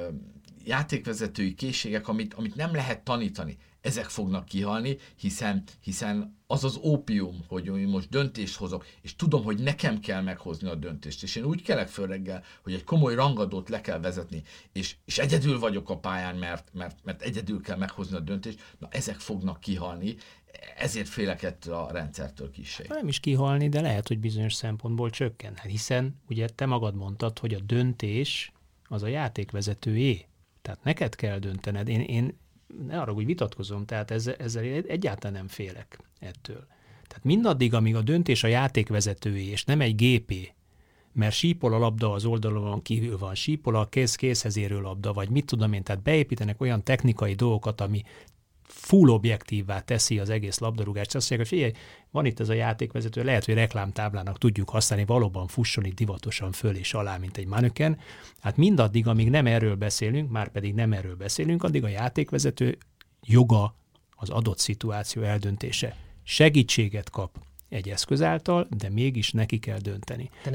játékvezetői készségek, amit nem lehet tanítani, ezek fognak kihalni, hiszen az az ópium, hogy én most döntést hozok, és tudom, hogy nekem kell meghozni a döntést, és én úgy kelek föl reggel, hogy egy komoly rangadót le kell vezetni, és egyedül vagyok a pályán, mert egyedül kell meghozni a döntést, na ezek fognak kihalni, ezért félek ettől a rendszertől kissé. Nem is kihalni, de lehet, hogy bizonyos szempontból csökken, hiszen ugye te magad mondtad, hogy a döntés az a játékvezetőjé. Tehát neked kell döntened. Én ne arra, hogy vitatkozom, tehát ezzel egyáltalán nem félek ettől. Tehát mindaddig, amíg a döntés a játékvezetőjé, és nem egy gépé, mert sípol a labda az oldalon kívül van, sípol a kézhez érő labda, vagy mit tudom én, tehát beépítenek olyan technikai dolgokat, ami full objektívvá teszi az egész labdarúgást. Azt mondják, hogy figyelj, van itt ez a játékvezető, lehet, hogy reklámtáblának tudjuk használni, valóban fusson itt divatosan föl és alá, mint egy manöken. Hát mindaddig, amíg nem erről beszélünk, már pedig nem erről beszélünk, addig a játékvezető joga az adott szituáció eldöntése. Segítséget kap egy eszköz által, de mégis neki kell dönteni. De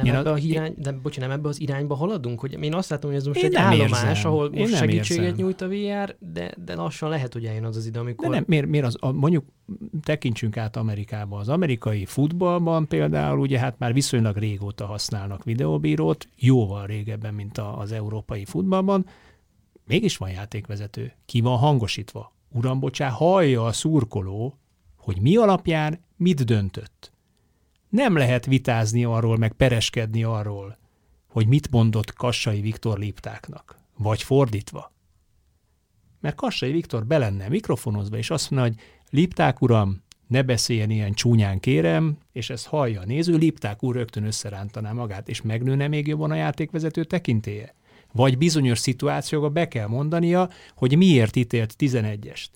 nem ebbe az irányba haladunk? Hogy én azt látom, hogy ez most egy állomás, ahol most segítséget nyújt a VR, de lassan lehet, hogy eljön az idő, amikor... De nem, miért mondjuk tekintsünk át Amerikába. Az amerikai futballban például ugye hát már viszonylag régóta használnak videóbírót, jóval régebben, mint az európai futballban, mégis van játékvezető, ki van hangosítva. uram, bocsá, hallja a szurkoló, hogy mi alapján mit döntött. Nem lehet vitázni arról, meg pereskedni arról, hogy mit mondott Kassai Viktor Liptáknak, vagy fordítva. Mert Kassai Viktor be lenne mikrofonozva, és azt mondja, hogy Lipták uram, ne beszéljen ilyen csúnyán, kérem, és ezt hallja a néző, Lipták úr rögtön összerántaná magát, és megnőne még jobban a játékvezető tekintélye. Vagy bizonyos szituációban be kell mondania, hogy miért ítélt 11-est.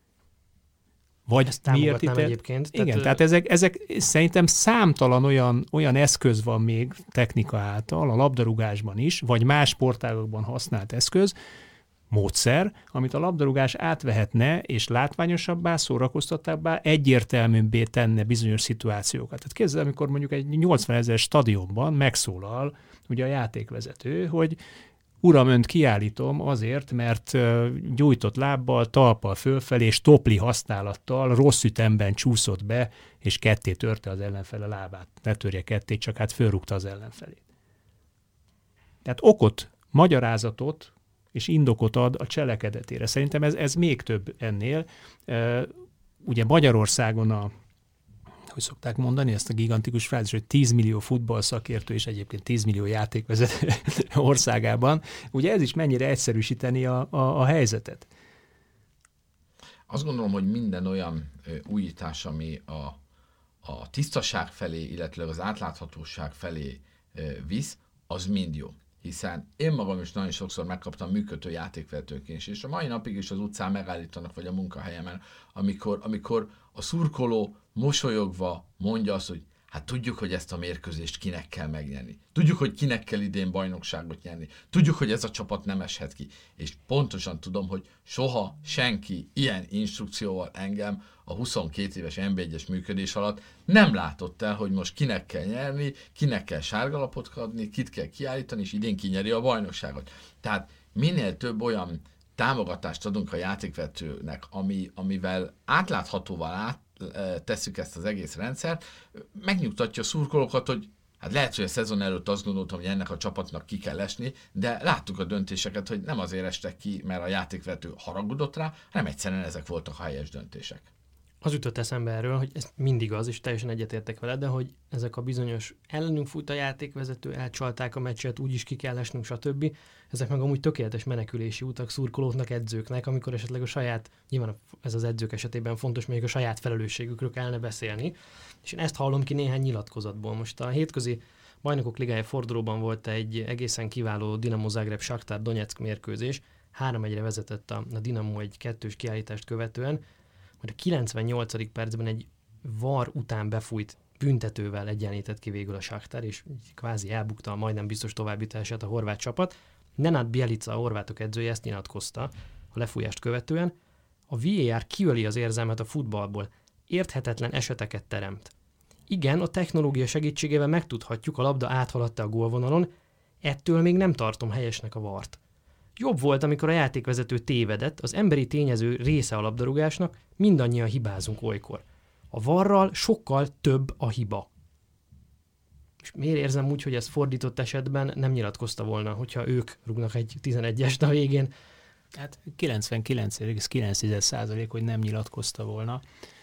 Vagy ezt miért ítélt... egyébként. Igen, tehát ezek szerintem számtalan olyan eszköz van még technika által, a labdarúgásban is, vagy más sportágokban használt eszköz, módszer, amit a labdarúgás átvehetne, és látványosabbá, szórakoztatábbá, egyértelműbbé tenne bizonyos szituációkat. Tehát képzeld, amikor mondjuk egy 80 000 stadionban megszólal ugye a játékvezető, hogy uram, önt kiállítom azért, mert gyújtott lábbal, talpal fölfelé, és topli használattal rossz ütemben csúszott be, és ketté törte az ellenfele lábát. Ne törje ketté, csak hát fölrúgta az ellenfelét. Tehát okot, magyarázatot és indokot ad a cselekedetére. Szerintem ez még több ennél. Ugye Magyarországon hogy szokták mondani ezt a gigantikus frázis, hogy 10 millió futballszakértő és egyébként 10 millió játékvezető országában. Ugye ez is mennyire egyszerűsíteni a helyzetet? Azt gondolom, hogy minden olyan újítás, ami a tisztaság felé, illetve az átláthatóság felé visz, az mind jó. Hiszen én magam is nagyon sokszor megkaptam működő játékvezetőként, és a mai napig is az utcán megállítanak, vagy a munkahelyemen, amikor a szurkoló mosolyogva mondja azt, hogy hát tudjuk, hogy ezt a mérkőzést kinek kell megnyerni. Tudjuk, hogy kinek kell idén bajnokságot nyerni. Tudjuk, hogy ez a csapat nem eshet ki. És pontosan tudom, hogy soha senki ilyen instrukcióval engem a 22 éves NB1-es működés alatt nem látott el, hogy most kinek kell nyerni, kinek kell sárgalapot adni, kit kell kiállítani, és idén kinyeri a bajnokságot. Tehát minél több olyan támogatást adunk a játékvezetőnek, amivel átláthatóvá tesszük ezt az egész rendszert, megnyugtatja a szurkolókat, hogy hát lehet, hogy a szezon előtt azt gondoltam, hogy ennek a csapatnak ki kell esni, de láttuk a döntéseket, hogy nem azért estek ki, mert a játékvezető haragudott rá, hanem egyszerűen ezek voltak a helyes döntések. Az jutott eszembe erről, hogy ez mindig az, és teljesen egyetértek veled, de hogy ezek a bizonyos ellenünk fut a játékvezető, elcsalták a meccset, úgyis ki kell esnünk, stb. Ezek meg amúgy tökéletes menekülési utak szurkolóknak, edzőknek, amikor esetleg a saját, nyilván ez az edzők esetében fontos, még a saját felelősségükről kellene beszélni. És én ezt hallom ki néhány nyilatkozatból. Most a hétközi Bajnokok Ligája fordulóban volt egy egészen kiváló Dinamo Zagreb Saktar Donetsk mérkőzés, 3-1-re vezetett a Dinamo egy 2-2 kiállítást követően, majd a 98. percben egy VAR után befújt büntetővel egyenlített ki végül a Saktar, és kvázi elbukta a majdnem biztos továbbjutását a horvát csapat. Nenad Bjelica, a horvátok edzője ezt nyilatkozta a lefújást követően. A VAR kiöli az érzelmet a futballból, érthetetlen eseteket teremt. Igen, a technológia segítségével megtudhatjuk, a labda áthaladta a gólvonalon, ettől még nem tartom helyesnek a VAR-t. Jobb volt, amikor a játékvezető tévedett, az emberi tényező része a labdarúgásnak, mindannyian hibázunk olykor. A VAR-ral sokkal több a hiba. És miért érzem úgy, hogy ez fordított esetben nem nyilatkozta volna, hogyha ők rúgnak egy 11-est a végén? Hát 99,9%, hogy nem nyilatkozta volna.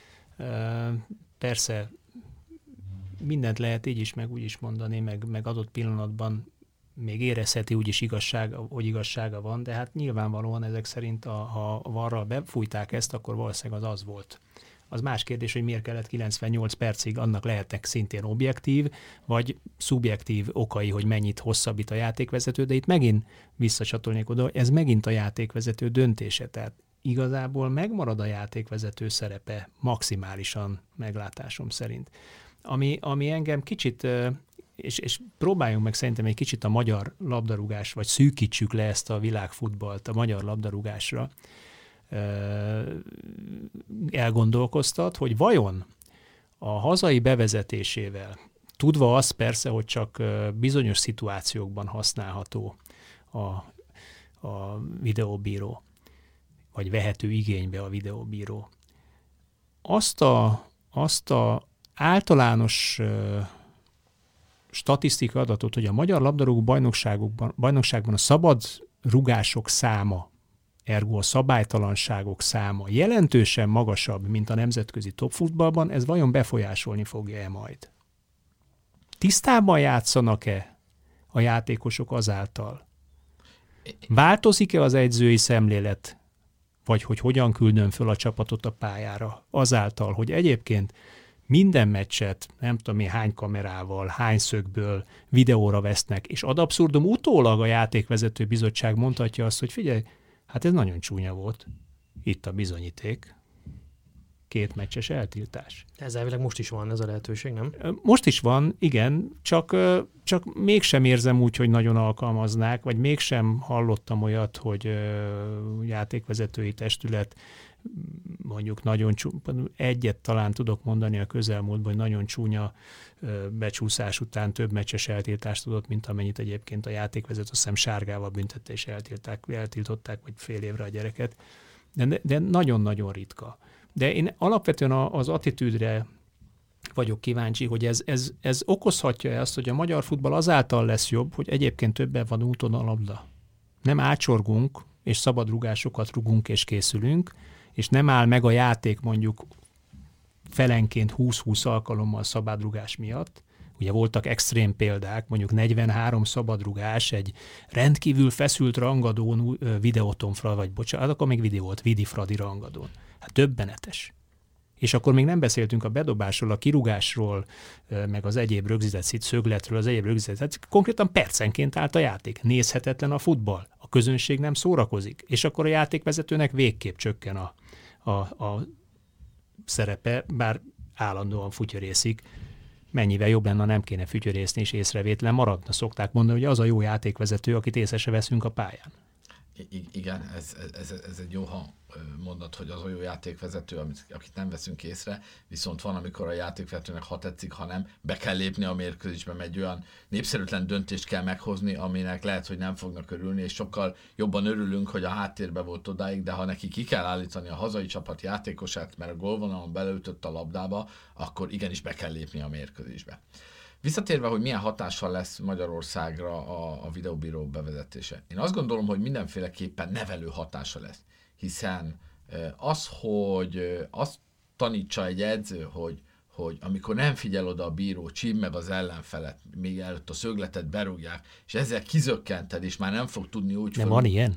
Persze mindent lehet így is, meg úgy is mondani, meg adott pillanatban még érezheti úgyis igazsága van, de hát nyilvánvalóan ezek szerint, ha varral befújták ezt, akkor valószínűleg az volt. Az más kérdés, hogy miért kellett 98 percig, annak lehetnek szintén objektív, vagy szubjektív okai, hogy mennyit hosszabbít a játékvezető, de itt megint visszacsatolnék oda, ez megint a játékvezető döntése, tehát igazából megmarad a játékvezető szerepe maximálisan meglátásom szerint. Ami engem kicsit, és próbáljunk meg szerintem egy kicsit a magyar labdarúgás, vagy szűkítsük le ezt a világfutballt a magyar labdarúgásra, elgondolkoztat, hogy vajon a hazai bevezetésével, tudva azt persze, hogy csak bizonyos szituációkban használható a videóbíró, vagy vehető igénybe a videóbíró, azt a általános statisztika adatot, hogy a magyar labdarúgó bajnokságban a szabad rugások száma ergo a szabálytalanságok száma jelentősen magasabb, mint a nemzetközi topfutballban, ez vajon befolyásolni fogja-e majd? Tisztában játszanak-e a játékosok azáltal? Változik-e az edzői szemlélet, vagy hogy hogyan küldöm föl a csapatot a pályára azáltal, hogy egyébként minden meccset, nem tudom én hány kamerával, hány szögből videóra vesznek, és ad abszurdum utólag a játékvezető bizottság mondhatja azt, hogy figyelj, hát ez nagyon csúnya volt. Itt a bizonyíték. 2 meccses eltiltás. Ez elvileg most is van ez a lehetőség, nem? Most is van, igen, csak mégsem érzem úgy, hogy nagyon alkalmaznák, vagy mégsem hallottam olyat, hogy játékvezetői testület mondjuk nagyon egyet talán tudok mondani a közelmúltban, hogy nagyon csúnya becsúszás után több meccses eltiltást tudott, mint amennyit egyébként a játékvezető, azt hiszem sárgával büntette és eltiltották, vagy fél évre a gyereket. De nagyon-nagyon ritka. De én alapvetően az attitűdre vagyok kíváncsi, hogy ez okozhatja-e azt, hogy a magyar futball azáltal lesz jobb, hogy egyébként többen van úton a labda. Nem ácsorgunk, és szabadrugásokat rugunk és készülünk, és nem áll meg a játék mondjuk felenként 20-20 alkalommal szabadrugás miatt. Ugye voltak extrém példák, mondjuk 43 szabadrugás egy rendkívül feszült rangadón Videotonfra, vagy bocsánat, akkor még videó volt, Vidi Fradi rangadón. Hát döbbenetes. És akkor még nem beszéltünk a bedobásról, a kirugásról, meg az egyéb rögzített szögletről, az egyéb rögzített. Hát konkrétan percenként állt a játék. Nézhetetlen a futball. A közönség nem szórakozik. És akkor a játékvezetőnek végképp csökken a szerepe, bár állandóan fütyörészik. Mennyivel jobb lenne, nem kéne fütyörészni, és észrevétlen maradna. Szokták mondani, hogy az a jó játékvezető, akit észre se veszünk a pályán. Igen, ez egy jó mondat, hogy az a jó játékvezető, akit nem veszünk észre, viszont van, amikor a játékvezetőnek ha tetszik, ha nem, be kell lépni a mérkőzésbe, egy olyan népszerűtlen döntést kell meghozni, aminek lehet, hogy nem fognak örülni, és sokkal jobban örülünk, hogy a háttérbe volt odáig, de ha neki ki kell állítani a hazai csapat játékosát, mert a gólvonalon beleütött a labdába, akkor igenis be kell lépni a mérkőzésbe. Visszatérve, hogy milyen hatással lesz Magyarországra a videóbíró bevezetése. Én azt gondolom, hogy mindenféleképpen nevelő hatása lesz, hiszen hogy azt tanítsa egy edző, hogy amikor nem figyel oda a bíró, csíp meg az ellenfelet, még előtt a szögletet berúgják, és ezzel kizökkented, és már nem fog tudni úgy... Nem van ilyen?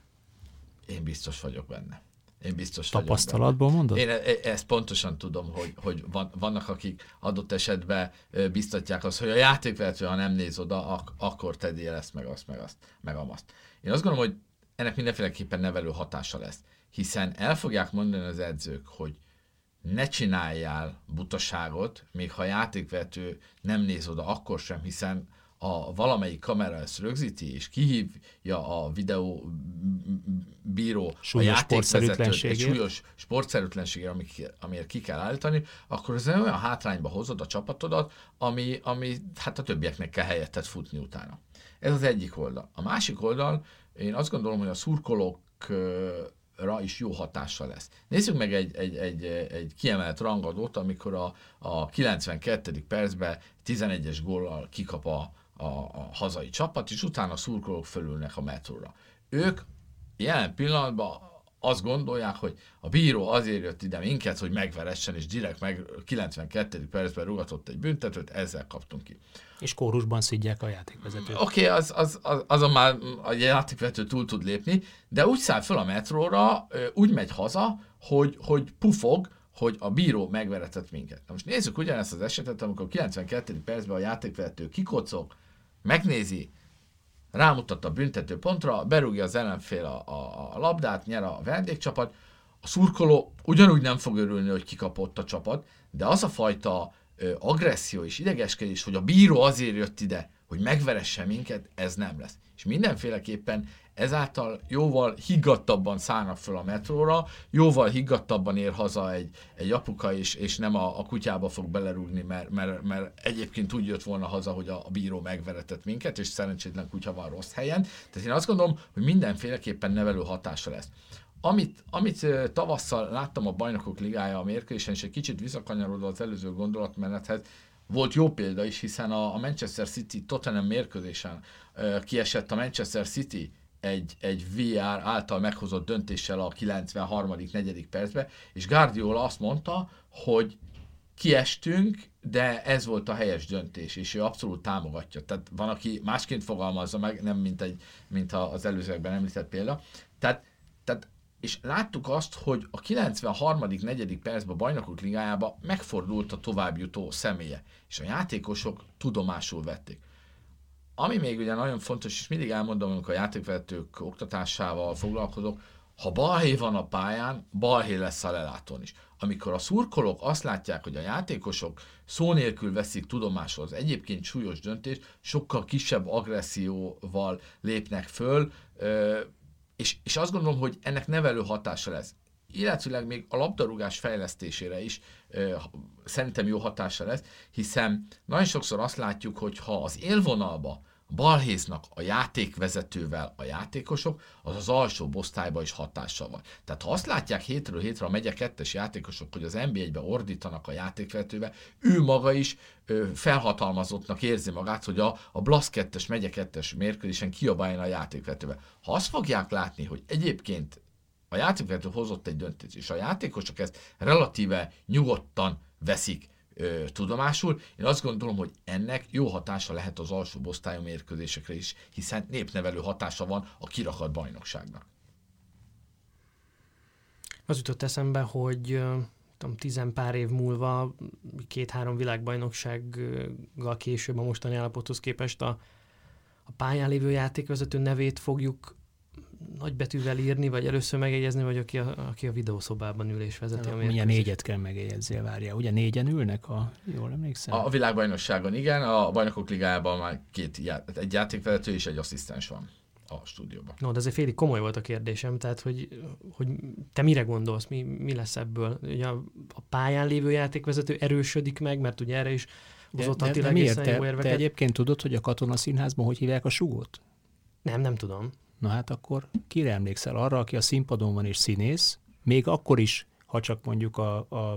Én biztos vagyok benne. Tapasztalatból mondod? Én ezt pontosan tudom, hogy vannak, akik adott esetben biztatják azt, hogy a játékvezető, ha nem néz oda, akkor tegyél ezt, meg azt. Én azt gondolom, hogy ennek mindenféleképpen nevelő hatása lesz, hiszen el fogják mondani az edzők, hogy ne csináljál butaságot, még ha a játékvezető nem néz oda, akkor sem, hiszen valamelyik kamera ezt rögzíti, és kihívja a videóbíró a játékvezetőt egy súlyos sportszerűtlenségért, amiért ki kell állítani, akkor ez olyan hátrányba hozod a csapatodat, ami hát a többieknek kell helyettet futni utána. Ez az egyik oldal. A másik oldal, én azt gondolom, hogy a szurkolókra is jó hatással lesz. Nézzük meg egy kiemelt rangadót, amikor a 92. percben 11-es góllal kikap a hazai csapat, és utána a szurkolók fölülnek a metróra. Ők jelen pillanatban azt gondolják, hogy a bíró azért jött ide minket, hogy megveressen, és direkt 92. percben rugatott egy büntetőt, ezzel kaptunk ki. És kórusban szidják a játékvezetőt. Oké, azon már a játékvezető túl tud lépni, de úgy száll föl a metróra, úgy megy haza, hogy pufog, hogy a bíró megveretett minket. Na most nézzük ugyanezt az esetet, amikor 92. percben a játékvezető kikocog, megnézi, rámutat a büntető pontra, berúgja az ellenfél a labdát, nyer a vendégcsapat, a szurkoló ugyanúgy nem fog örülni, hogy kikapott a csapat, de az a fajta agresszió és idegeskedés, hogy a bíró azért jött ide, hogy megveresse minket, ez nem lesz. És mindenféleképpen ezáltal jóval higgadtabban szállnak föl a metróra, jóval higgadtabban ér haza egy apuka, és nem a kutyába fog belerúgni, mert egyébként úgy jött volna haza, hogy a bíró megveretett minket, és szerencsétlen kutya van rossz helyen. Tehát én azt gondolom, hogy mindenféleképpen nevelő hatása lesz. Amit tavasszal láttam a Bajnokok Ligája a mérkőzésen, és egy kicsit visszakanyarodva az előző gondolatmenethez, volt jó példa is, hiszen a Manchester City Tottenham mérkőzésen kiesett a Manchester City egy VR által meghozott döntéssel a 93. 4. percben, és Guardiola azt mondta, hogy kiestünk, de ez volt a helyes döntés, és ő abszolút támogatja. Tehát van, aki másként fogalmazza meg, nem mint az előzőekben említett példa. Tehát, és láttuk azt, hogy a 93. 4. percben a Bajnokok Ligájában megfordult a továbbjutó személye, és a játékosok tudomásul vették. Ami még ugye nagyon fontos, és mindig elmondom, amikor a játékvezetők oktatásával foglalkozok, ha balhé van a pályán, balhé lesz a lelátón is. Amikor a szurkolók azt látják, hogy a játékosok szó nélkül veszik tudomásul az egyébként súlyos döntést, sokkal kisebb agresszióval lépnek föl, és azt gondolom, hogy ennek nevelő hatása lesz. Illetőleg még a labdarúgás fejlesztésére is szerintem jó hatása lesz, hiszen nagyon sokszor azt látjuk, hogy ha az élvonalba balhéznak a játékvezetővel a játékosok, az alsó osztályba is hatással van. Tehát ha azt látják hétről hétre a megye 2-es játékosok, hogy az NB1-be ordítanak a játékvezetővel, ő maga is felhatalmazottnak érzi magát, hogy a Blasz 2-es, megye 2-es mérkőzésen kiabáljon a játékvezetővel. Ha azt fogják látni, hogy egyébként a játékvezető hozott egy döntést, és a játékosok ezt relatíve nyugodtan veszik tudomásul, én azt gondolom, hogy ennek jó hatása lehet az alsó osztályú mérkőzésekre is, hiszen népnevelő hatása van a kirakat bajnokságnak. Az jutott eszembe, hogy 10 pár év múlva 2-3 világbajnoksággal később a mostani állapothoz képest a pályán lévő játékvezető nevét fogjuk nagybetűvel írni, vagy először megjegyezni, vagy aki a videószobában ül és vezeti a mérkőzést. Ugye 4 kell megjegyezzél, várjál. Ugye 4 ülnek, jól emlékszem? A világbajnokságon igen, a Bajnokok Ligájában már egy játékvezető és egy asszisztens van a stúdióban. No, de azért félig komoly volt a kérdésem, tehát hogy te mire gondolsz, mi lesz ebből? Ugye a pályán lévő játékvezető erősödik meg, mert ugye erre is hozott Attila egészen jó érveket. Te egyébként tudod, hogy a Katona Színházban hogy hívják a sugót? Nem tudom. Na hát akkor kire emlékszel? Arra, aki a színpadon van és színész, még akkor is, ha csak mondjuk a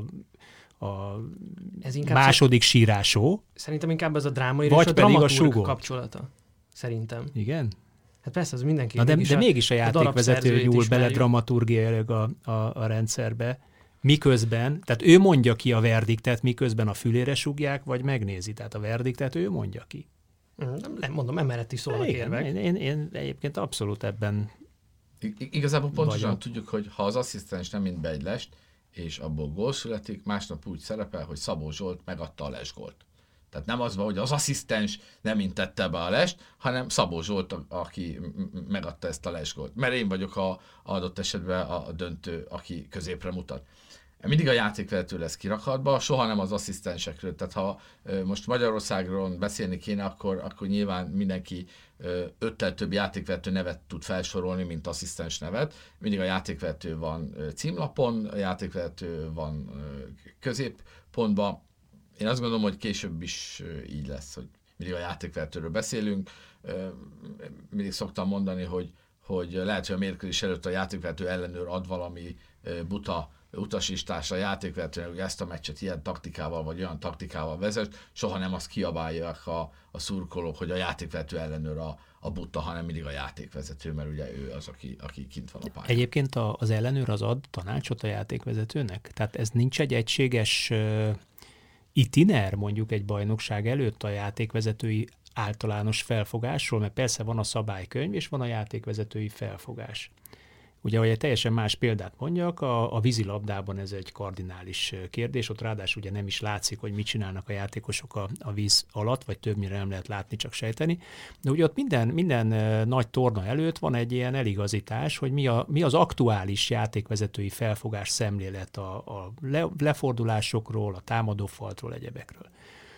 ez második sírásó. Szerintem inkább ez a drámai és a dramaturg kapcsolata. Szerintem. Igen? Hát persze, az mindenki. Na de mégis a játékvezető nyúl bele dramaturgiailag a rendszerbe. Miközben, tehát ő mondja ki a verdiktet, miközben a fülére sugják, vagy megnézi. Tehát a verdiktet ő mondja ki. Nem mondom, emellett is szólnak érvek. Én egyébként abszolút ebben igazából pontosan tudjuk, hogy ha az asszisztens nem mint be egy lest, és abból gól születik, másnap úgy szerepel, hogy Szabó Zsolt megadta a lesgólt. Tehát nem az van, hogy az asszisztens nem intette be a lest, hanem Szabó Zsolt, aki megadta ezt a lesgólt. Mert én vagyok adott esetben a döntő, aki középre mutat. Mindig a játékvezető lesz kirakatba, soha nem az asszisztensekről. Tehát ha most Magyarországról beszélni kéne, akkor nyilván mindenki 5-tel több játékvezető nevet tud felsorolni, mint asszisztens nevet. Mindig a játékvezető van címlapon, a játékvezető van középpontban. Én azt gondolom, hogy később is így lesz, hogy mindig a játékvezetőről beszélünk. Mindig szoktam mondani, hogy lehet, hogy a mérkőzés előtt a játékvezető ellenőr ad valami buta utasítás a játékvezetőnek, hogy ezt a meccset ilyen taktikával vagy olyan taktikával vezet, soha nem azt kiabálják a szurkolók, hogy a játékvezető ellenőr a buta, hanem mindig a játékvezető, mert ugye ő az, aki kint van a pályán. Egyébként az ellenőr az ad tanácsot a játékvezetőnek? Tehát ez nincs egy egységes itiner mondjuk egy bajnokság előtt a játékvezetői általános felfogásról, mert persze van a szabálykönyv, és van a játékvezetői felfogás. Ugye, hogy egy teljesen más példát mondjak, a vízilabdában ez egy kardinális kérdés, ott ráadásul ugye nem is látszik, hogy mit csinálnak a játékosok a víz alatt, vagy többnyire nem lehet látni, csak sejteni. De ugye ott minden nagy torna előtt van egy ilyen eligazítás, hogy mi az aktuális játékvezetői felfogás szemlélet a lefordulásokról, a támadófaltról, egyebekről.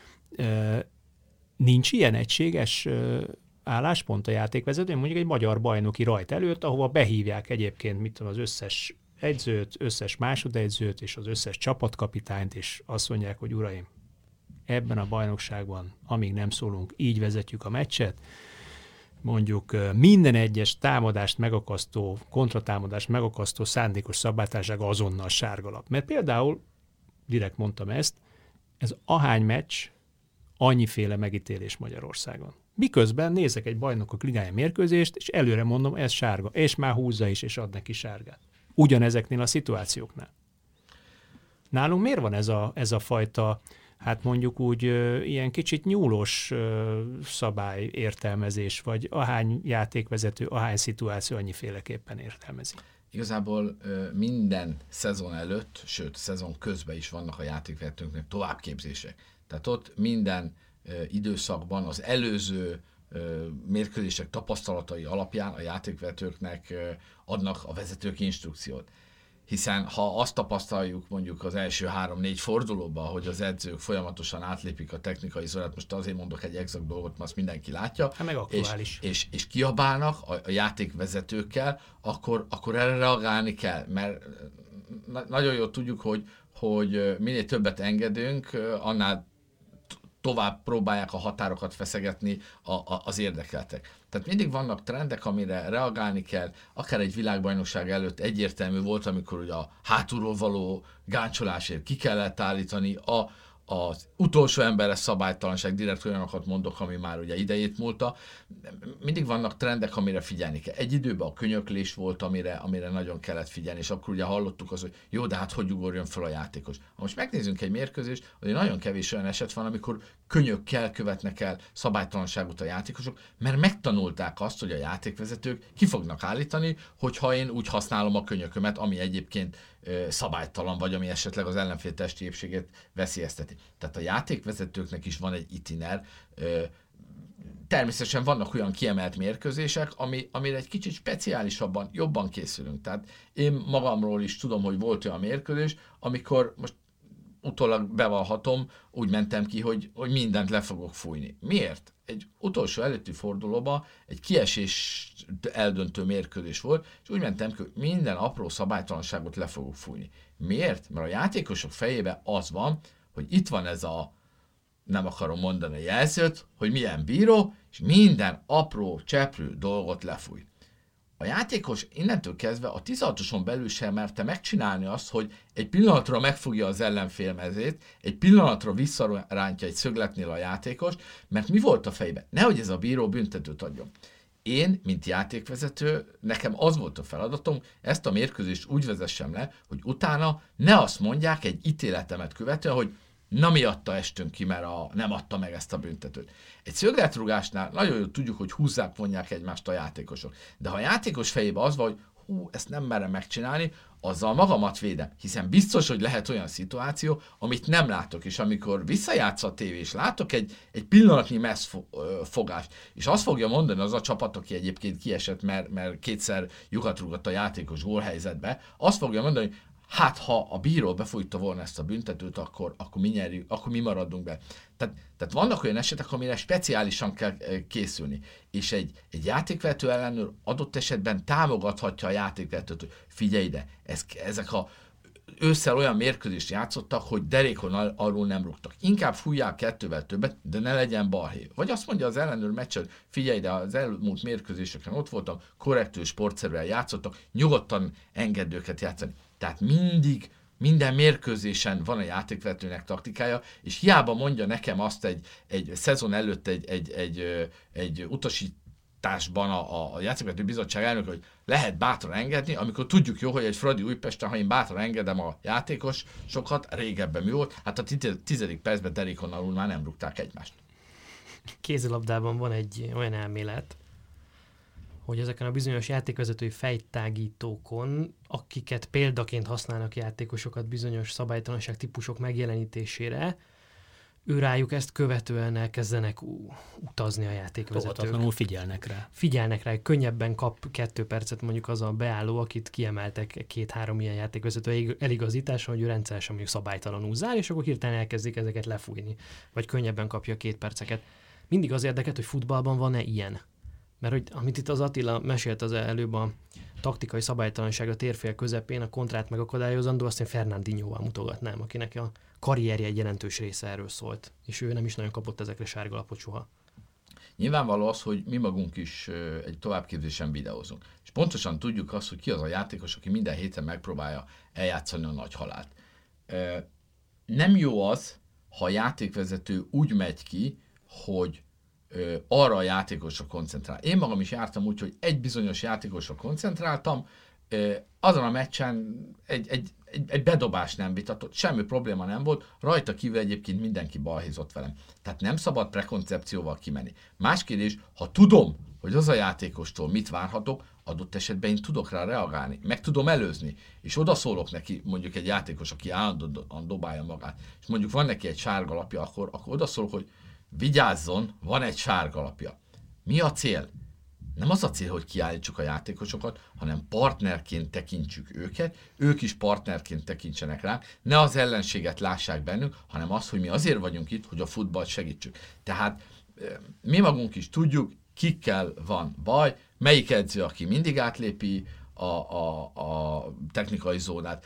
Nincs ilyen egységes álláspont a játékvezető, mondjuk egy magyar bajnoki rajt előtt, ahova behívják egyébként mit tudom, az összes edzőt, összes másodedzőt és az összes csapatkapitányt, és azt mondják, hogy uraim, ebben a bajnokságban, amíg nem szólunk, így vezetjük a meccset, mondjuk minden egyes támadást megakasztó, kontratámadást megakasztó szándékos szabálytalanság azonnal sárgalap. Mert például, direkt mondtam ezt, ez ahány meccs, annyiféle megítélés Magyarországon. Miközben nézek egy Bajnokok Ligája mérkőzést, és előre mondom, ez sárga, és már húzza is, és ad neki sárgát. Ugyanezeknél a szituációknál. Nálunk miért van ez a fajta, hát mondjuk úgy ilyen kicsit nyúlós szabály értelmezés, vagy ahány játékvezető, ahány szituáció annyiféleképpen értelmezi? Igazából minden szezon előtt, sőt, szezon közben is vannak a játékvezetőknek továbbképzések. Tehát ott minden időszakban az előző mérkőzések tapasztalatai alapján a játékvezetőknek adnak a vezetők instrukciót. Hiszen ha azt tapasztaljuk mondjuk az első 3-4 fordulóban, hogy az edzők folyamatosan átlépik a technikai zónát, most azért mondok egy exakt dolgot, mert azt mindenki látja, meg aktuális. És kiabálnak a játékvezetőkkel, akkor erre reagálni kell, mert nagyon jól tudjuk, hogy minél többet engedünk, annál tovább próbálják a határokat feszegetni az érdekeltek. Tehát mindig vannak trendek, amire reagálni kell, akár egy világbajnokság előtt egyértelmű volt, amikor ugye a hátulról való gáncsolásért ki kellett állítani, az utolsó emberre szabálytalanság, direkt olyanokat mondok, ami már ugye idejét múlta. Mindig vannak trendek, amire figyelni kell. Egy időben a könyöklés volt, amire nagyon kellett figyelni, és akkor ugye hallottuk az, hogy jó, de hát hogy ugorjon fel a játékos. Ha most megnézzünk egy mérkőzést, azért nagyon kevés olyan eset van, amikor könyökkel követnek el szabálytalanságot a játékosok, mert megtanulták azt, hogy a játékvezetők ki fognak állítani, hogyha én úgy használom a könyökömet, ami egyébként szabálytalan, vagy ami esetleg az ellenfél testi épségét veszélyezteti. Tehát a játékvezetőknek is van egy itiner. Természetesen vannak olyan kiemelt mérkőzések, amire egy kicsit speciálisabban, jobban készülünk. Tehát én magamról is tudom, hogy volt olyan mérkőzés, amikor most utólag bevallhatom, úgy mentem ki, hogy mindent le fogok fújni. Miért? Egy utolsó előtti fordulóban egy kiesés eldöntő mérkőzés volt, és úgy mentem ki, hogy minden apró szabálytalanságot le fogok fújni. Miért? Mert a játékosok fejében az van, hogy itt van ez a, nem akarom mondani a jelzőt, hogy milyen bíró, és minden apró, cseprő dolgot lefúj. A játékos innentől kezdve a 16-oson belül sem merte megcsinálni azt, hogy egy pillanatra megfogja az ellenfél mezét, egy pillanatra visszarántja egy szögletnél a játékos, mert mi volt a fejben? Nehogy ez a bíró büntetőt adjon. Én, mint játékvezető, nekem az volt a feladatom, ezt a mérkőzést úgy vezessem le, hogy utána ne azt mondják egy ítéletemet követően, hogy na miatta estünk ki, mert nem adta meg ezt a büntetőt. Egy szögletrugásnál nagyon jól tudjuk, hogy húzzák, vonják egymást a játékosok. De ha a játékos fejében az van, hogy ezt nem merem megcsinálni, azzal magamat védem, hiszen biztos, hogy lehet olyan szituáció, amit nem látok, és amikor visszajátsz a tévé, és látok egy pillanatnyi messzfogást, és azt fogja mondani az a csapat, aki egyébként kiesett, mert kétszer lyukat rúgott a játékos gólhelyzetbe, azt fogja mondani, hogy hát ha a bíró befújta volna ezt a büntetőt, akkor mi nyerjük, akkor mi maradunk be. Tehát vannak olyan esetek, amire speciálisan kell készülni. És egy játékvezető ellenőr adott esetben támogathatja a játékvezetőt, hogy figyelj ide, ezek ősszel olyan mérkőzést játszottak, hogy derékon alul nem rúgtak. Inkább fújják 2-vel többet, de ne legyen balhé. Vagy azt mondja az ellenőr meccsen, hogy figyelj ide, az elmúlt mérkőzéseken ott voltam, korrektül, sportszerűen játszottak, nyugodtan engedd őket játszani. Tehát minden mérkőzésen van a játékvezetőnek taktikája, és hiába mondja nekem azt egy szezon előtt egy utasításban a játékvezető bizottság elnök, hogy lehet bátran engedni, amikor tudjuk jó, hogy egy Fradi Újpesten, ha én bátran engedem a játékosokat, régebben mi volt, hát a 10. percben derékon alul már nem rúgták egymást. Kézilabdában van egy olyan elmélet, hogy ezeken a bizonyos játékvezetői fejtágítókon, akiket példaként használnak játékosokat bizonyos szabálytalanság típusok megjelenítésére, rájuk ezt követően elkezdenek utazni a játékvezetők. Óvatatlanul figyelnek rá. Figyelnek rá, könnyebben kap 2 percet mondjuk az a beálló, akit kiemeltek 2-3 ilyen játékvezető eligazításon, hogy ő rendszeresen mondjuk szabálytalanul zár, és akkor hirtelen elkezdik ezeket lefújni, vagy könnyebben kapja 2 perceket. Mindig az érdekelt, hogy futballban van-e ilyen. Mert hogy amit itt az Attila mesélt az előbb, a taktikai szabálytalanság a térfél közepén, a kontrát megakadályozandó, azt én Fernandinhoval mutogatnám, akinek a karrierje egy jelentős része erről szólt, és ő nem is nagyon kapott ezekre sárgalapot soha. Nyilvánvaló az, hogy mi magunk is egy továbbképzésen videózunk. És pontosan tudjuk azt, hogy ki az a játékos, aki minden héten megpróbálja eljátszani a nagy halált. Nem jó az, ha a játékvezető úgy megy ki, hogy arra a játékosra koncentrál. Én magam is jártam úgy, hogy egy bizonyos játékosra koncentráltam, azon a meccsen egy bedobás nem vitatott, semmi probléma nem volt, rajta kívül egyébként mindenki balhézott velem. Tehát nem szabad prekoncepcióval kimenni. Más kérdés, ha tudom, hogy az a játékostól mit várhatok, adott esetben én tudok rá reagálni, meg tudom előzni, és odaszólok neki, mondjuk egy játékos, aki állandóan dobálja magát, és mondjuk van neki egy sárga lapja, akkor odaszólok, hogy vigyázzon, van egy sárga lapja. Mi a cél? Nem az a cél, hogy kiállítsuk a játékosokat, hanem partnerként tekintsük őket, ők is partnerként tekintsenek ránk, ne az ellenséget lássák bennünk, hanem az, hogy mi azért vagyunk itt, hogy a futballt segítsük. Tehát mi magunk is tudjuk, kikkel van baj, melyik edző, aki mindig átlépi a technikai zónát.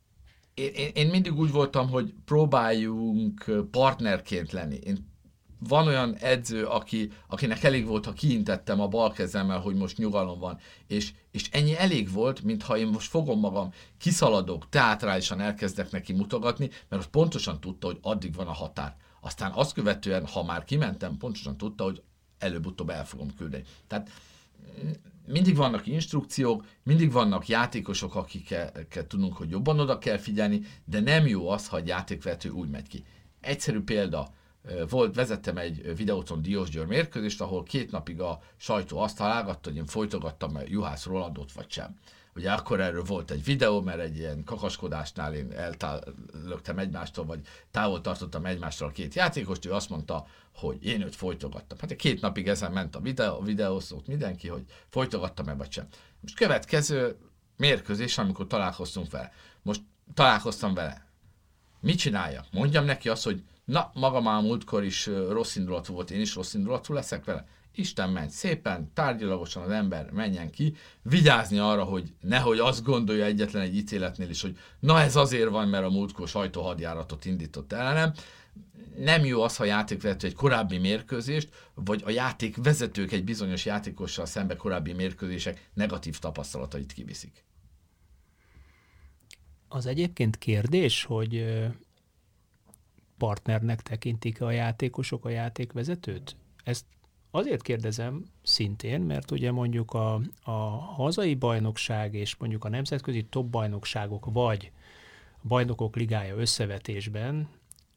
Én mindig úgy voltam, hogy próbáljunk partnerként lenni. Van olyan edző, akinek elég volt, ha kiintettem a bal kezemmel, hogy most nyugalom van, és ennyi elég volt, mintha én most fogom magam, kiszaladok, teátrálisan elkezdek neki mutogatni, mert az pontosan tudta, hogy addig van a határ. Aztán azt követően, ha már kimentem, pontosan tudta, hogy előbb-utóbb el fogom küldeni. Tehát mindig vannak instrukciók, mindig vannak játékosok, akiket tudunk, hogy jobban oda kell figyelni, de nem jó az, ha egy játékvezető úgy megy ki. Egyszerű példa, vezettem egy videóton Diósgyőr mérkőzést, ahol 2 napig a sajtó azt találgatta, hogy én folytogattam Juhász Rolandot vagy sem. Ugye akkor erről volt egy videó, mert egy ilyen kakaskodásnál én eltálögtem egymástól, vagy távol tartottam egymástól a 2 játékost, ő azt mondta, hogy én őt folytogattam. Hát 2 napig ezen ment a videó szólt mindenki, hogy folytogattam-e vagy sem. Most következő mérkőzés, amikor találkoztunk vele. Most találkoztam vele. Mit csináljak? Mondjam neki azt, hogy na, maga már múltkor is rossz indulatú volt, én is rossz indulatú leszek vele. Isten menj szépen, tárgyilagosan az ember menjen ki, vigyázni arra, hogy nehogy azt gondolja egyetlen egy ítéletnél is, hogy na ez azért van, mert a múltkor sajtóhadjáratot indított ellenem. Nem jó az, ha a játékvezető egy korábbi mérkőzést, vagy a játékvezetők egy bizonyos játékossal szembe korábbi mérkőzések negatív tapasztalatait kiviszik. Az egyébként kérdés, hogy partnernek tekintik a játékosok a játékvezetőt? Ezt azért kérdezem szintén, mert ugye mondjuk a hazai bajnokság és mondjuk a nemzetközi top bajnokságok vagy a bajnokok ligája összevetésben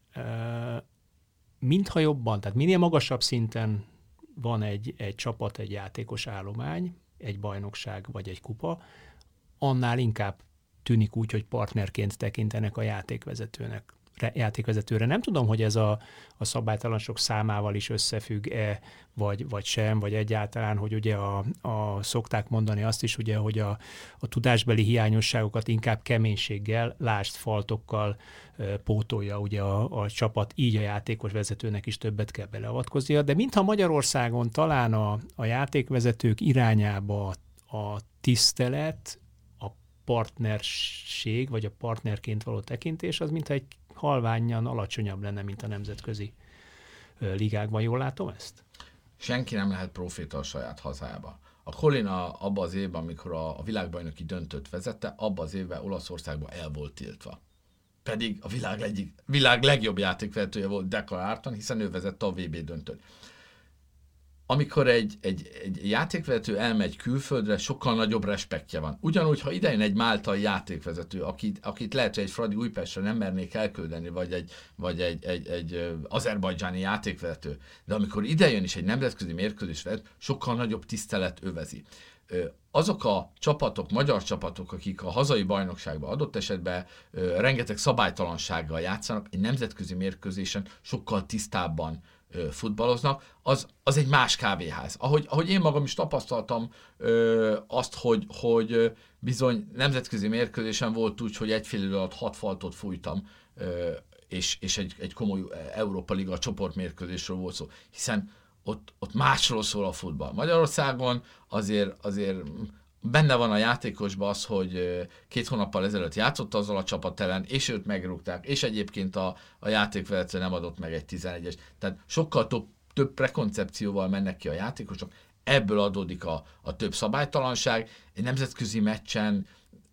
mintha jobban, tehát minél magasabb szinten van egy csapat, egy játékos állomány, egy bajnokság vagy egy kupa, annál inkább tűnik úgy, hogy partnerként tekintenek a játékvezetőre. Nem tudom, hogy ez a szabálytalanság számával is összefügg-e, vagy sem, vagy egyáltalán, hogy ugye szokták mondani azt is, ugye, hogy a tudásbeli hiányosságokat inkább keménységgel, lásd faltokkal pótolja ugye a csapat, így a játékos vezetőnek is többet kell beleavatkoznia, de mintha Magyarországon talán a játékvezetők irányába a tisztelet, a partnerség, vagy a partnerként való tekintés, az mintha egy halványan alacsonyabb lenne, mint a nemzetközi ligákban. Jól látom ezt? Senki nem lehet proféta a saját hazájába. A Colina abban az évben, amikor a világbajnoki döntőt vezette, abban az évben Olaszországban el volt tiltva. Pedig a világ legjobb játékvezetője volt deklaráltan, hiszen ő vezette a VB döntőt. Amikor egy játékvezető elmegy külföldre, sokkal nagyobb respektje van. Ugyanúgy, ha idejön egy máltai játékvezető, akit lehet, hogy egy Fradi Újpestre nem mernék elküldeni, vagy egy azerbajdzsáni játékvezető, de amikor idejön is egy nemzetközi mérkőzés vezet, sokkal nagyobb tisztelet övezi. Azok a csapatok, magyar csapatok, akik a hazai bajnokságban adott esetben rengeteg szabálytalansággal játszanak, egy nemzetközi mérkőzésen sokkal tisztábban futballoznak, az egy más kávéház. Ahogy én magam is tapasztaltam azt, hogy bizony nemzetközi mérkőzésen volt úgy, hogy egy fél idő alatt 6 faltot fújtam, és egy komoly Európa Liga csoportmérkőzésről volt szó, hiszen ott másról szól a futball. Magyarországon azért benne van a játékosban az, hogy 2 hónappal ezelőtt játszott azzal a csapat ellen, és őt megrúgták, és egyébként a játékvezető nem adott meg egy 11-es. Tehát sokkal több prekoncepcióval mennek ki a játékosok, ebből adódik a több szabálytalanság. Egy nemzetközi meccsen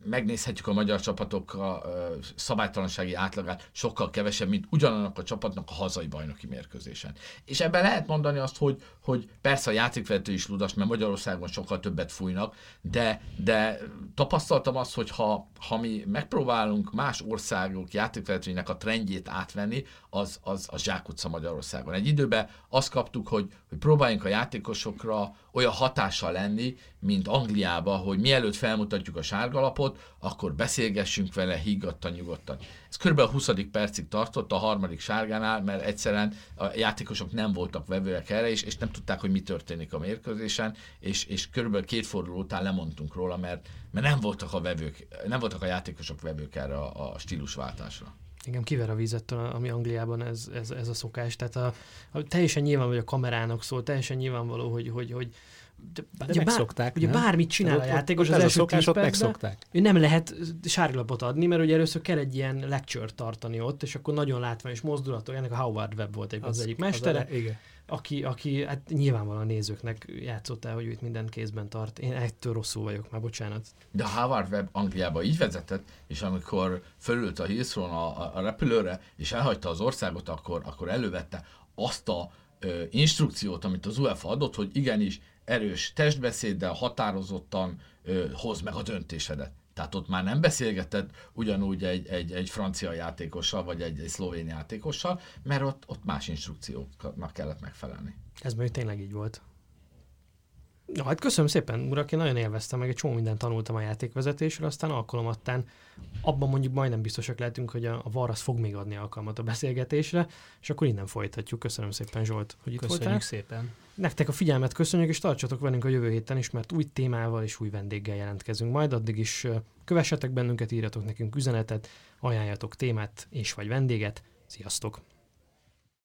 megnézhetjük a magyar csapatok szabálytalansági átlagát sokkal kevesebb, mint ugyanannak a csapatnak a hazai bajnoki mérkőzésen. És ebben lehet mondani azt, hogy persze a játékvezető is ludas, mert Magyarországon sokkal többet fújnak, de tapasztaltam azt, hogy ha mi megpróbálunk más országok játékvezetőinek a trendjét átvenni, az zsákutca Magyarországon. Egy időben azt kaptuk, hogy próbáljunk a játékosokra olyan hatással lenni, mint Angliában, hogy mielőtt felmutatjuk a sárgalapot, akkor beszélgessünk vele higgadtan, nyugodtan. Ez kb. 20. percig tartott a harmadik sárgánál, mert egyszerűen a játékosok nem voltak vevőek erre, és nem tudták, hogy mi történik a mérkőzésen, és kb. 2 forduló után lemondtunk róla, mert nem voltak a játékosok vevők erre a stílusváltásra. Igen, kiver a vízettől, ami Angliában ez a szokás. Tehát teljesen nyilvánvaló, hogy a kamerának szól, teljesen nyilvánvaló, hogy ugye megszokták. Ugye bármit csinál a játékos az első 10 percben, ő nem lehet sárgalapot adni, mert ugye először kell egy ilyen lecture tartani ott, és akkor nagyon látványos mozdulatok. Ennek a Howard Webb volt az egyik mestere, aki hát nyilvánvalóan a nézőknek játszott el, hogy ő itt mindent kézben tart. Én ettől rosszul vagyok, már bocsánat. De a Howard Webb Angliába így vezetett, és amikor fölült a Heathrow-n a repülőre, és elhagyta az országot, akkor elővette azt a instrukciót, amit az UEFA adott, hogy igenis erős testbeszéddel, határozottan hozd meg a döntésedet. Tehát ott már nem beszélgetett ugyanúgy egy francia játékossal, vagy egy szlovén játékossal, mert ott más instrukcióknak kellett megfelelni. Ez még tényleg így volt. Na, hát köszönöm szépen, urak, én nagyon élveztem, meg egy csomó mindent tanultam a játékvezetésről, aztán alkalomattán abban mondjuk majdnem biztosak lehetünk, hogy a VAR az fog még adni alkalmat a beszélgetésre, és akkor innen folytatjuk. Köszönöm szépen, Zsolt, hogy itt voltál. Köszönjük szépen. Nektek a figyelmet köszönjük, és tartsatok velünk a jövő héten is, mert új témával és új vendéggel jelentkezünk. Majd addig is kövessetek bennünket, írjatok nekünk üzenetet, ajánljatok témát és vagy vendéget. Sziasztok!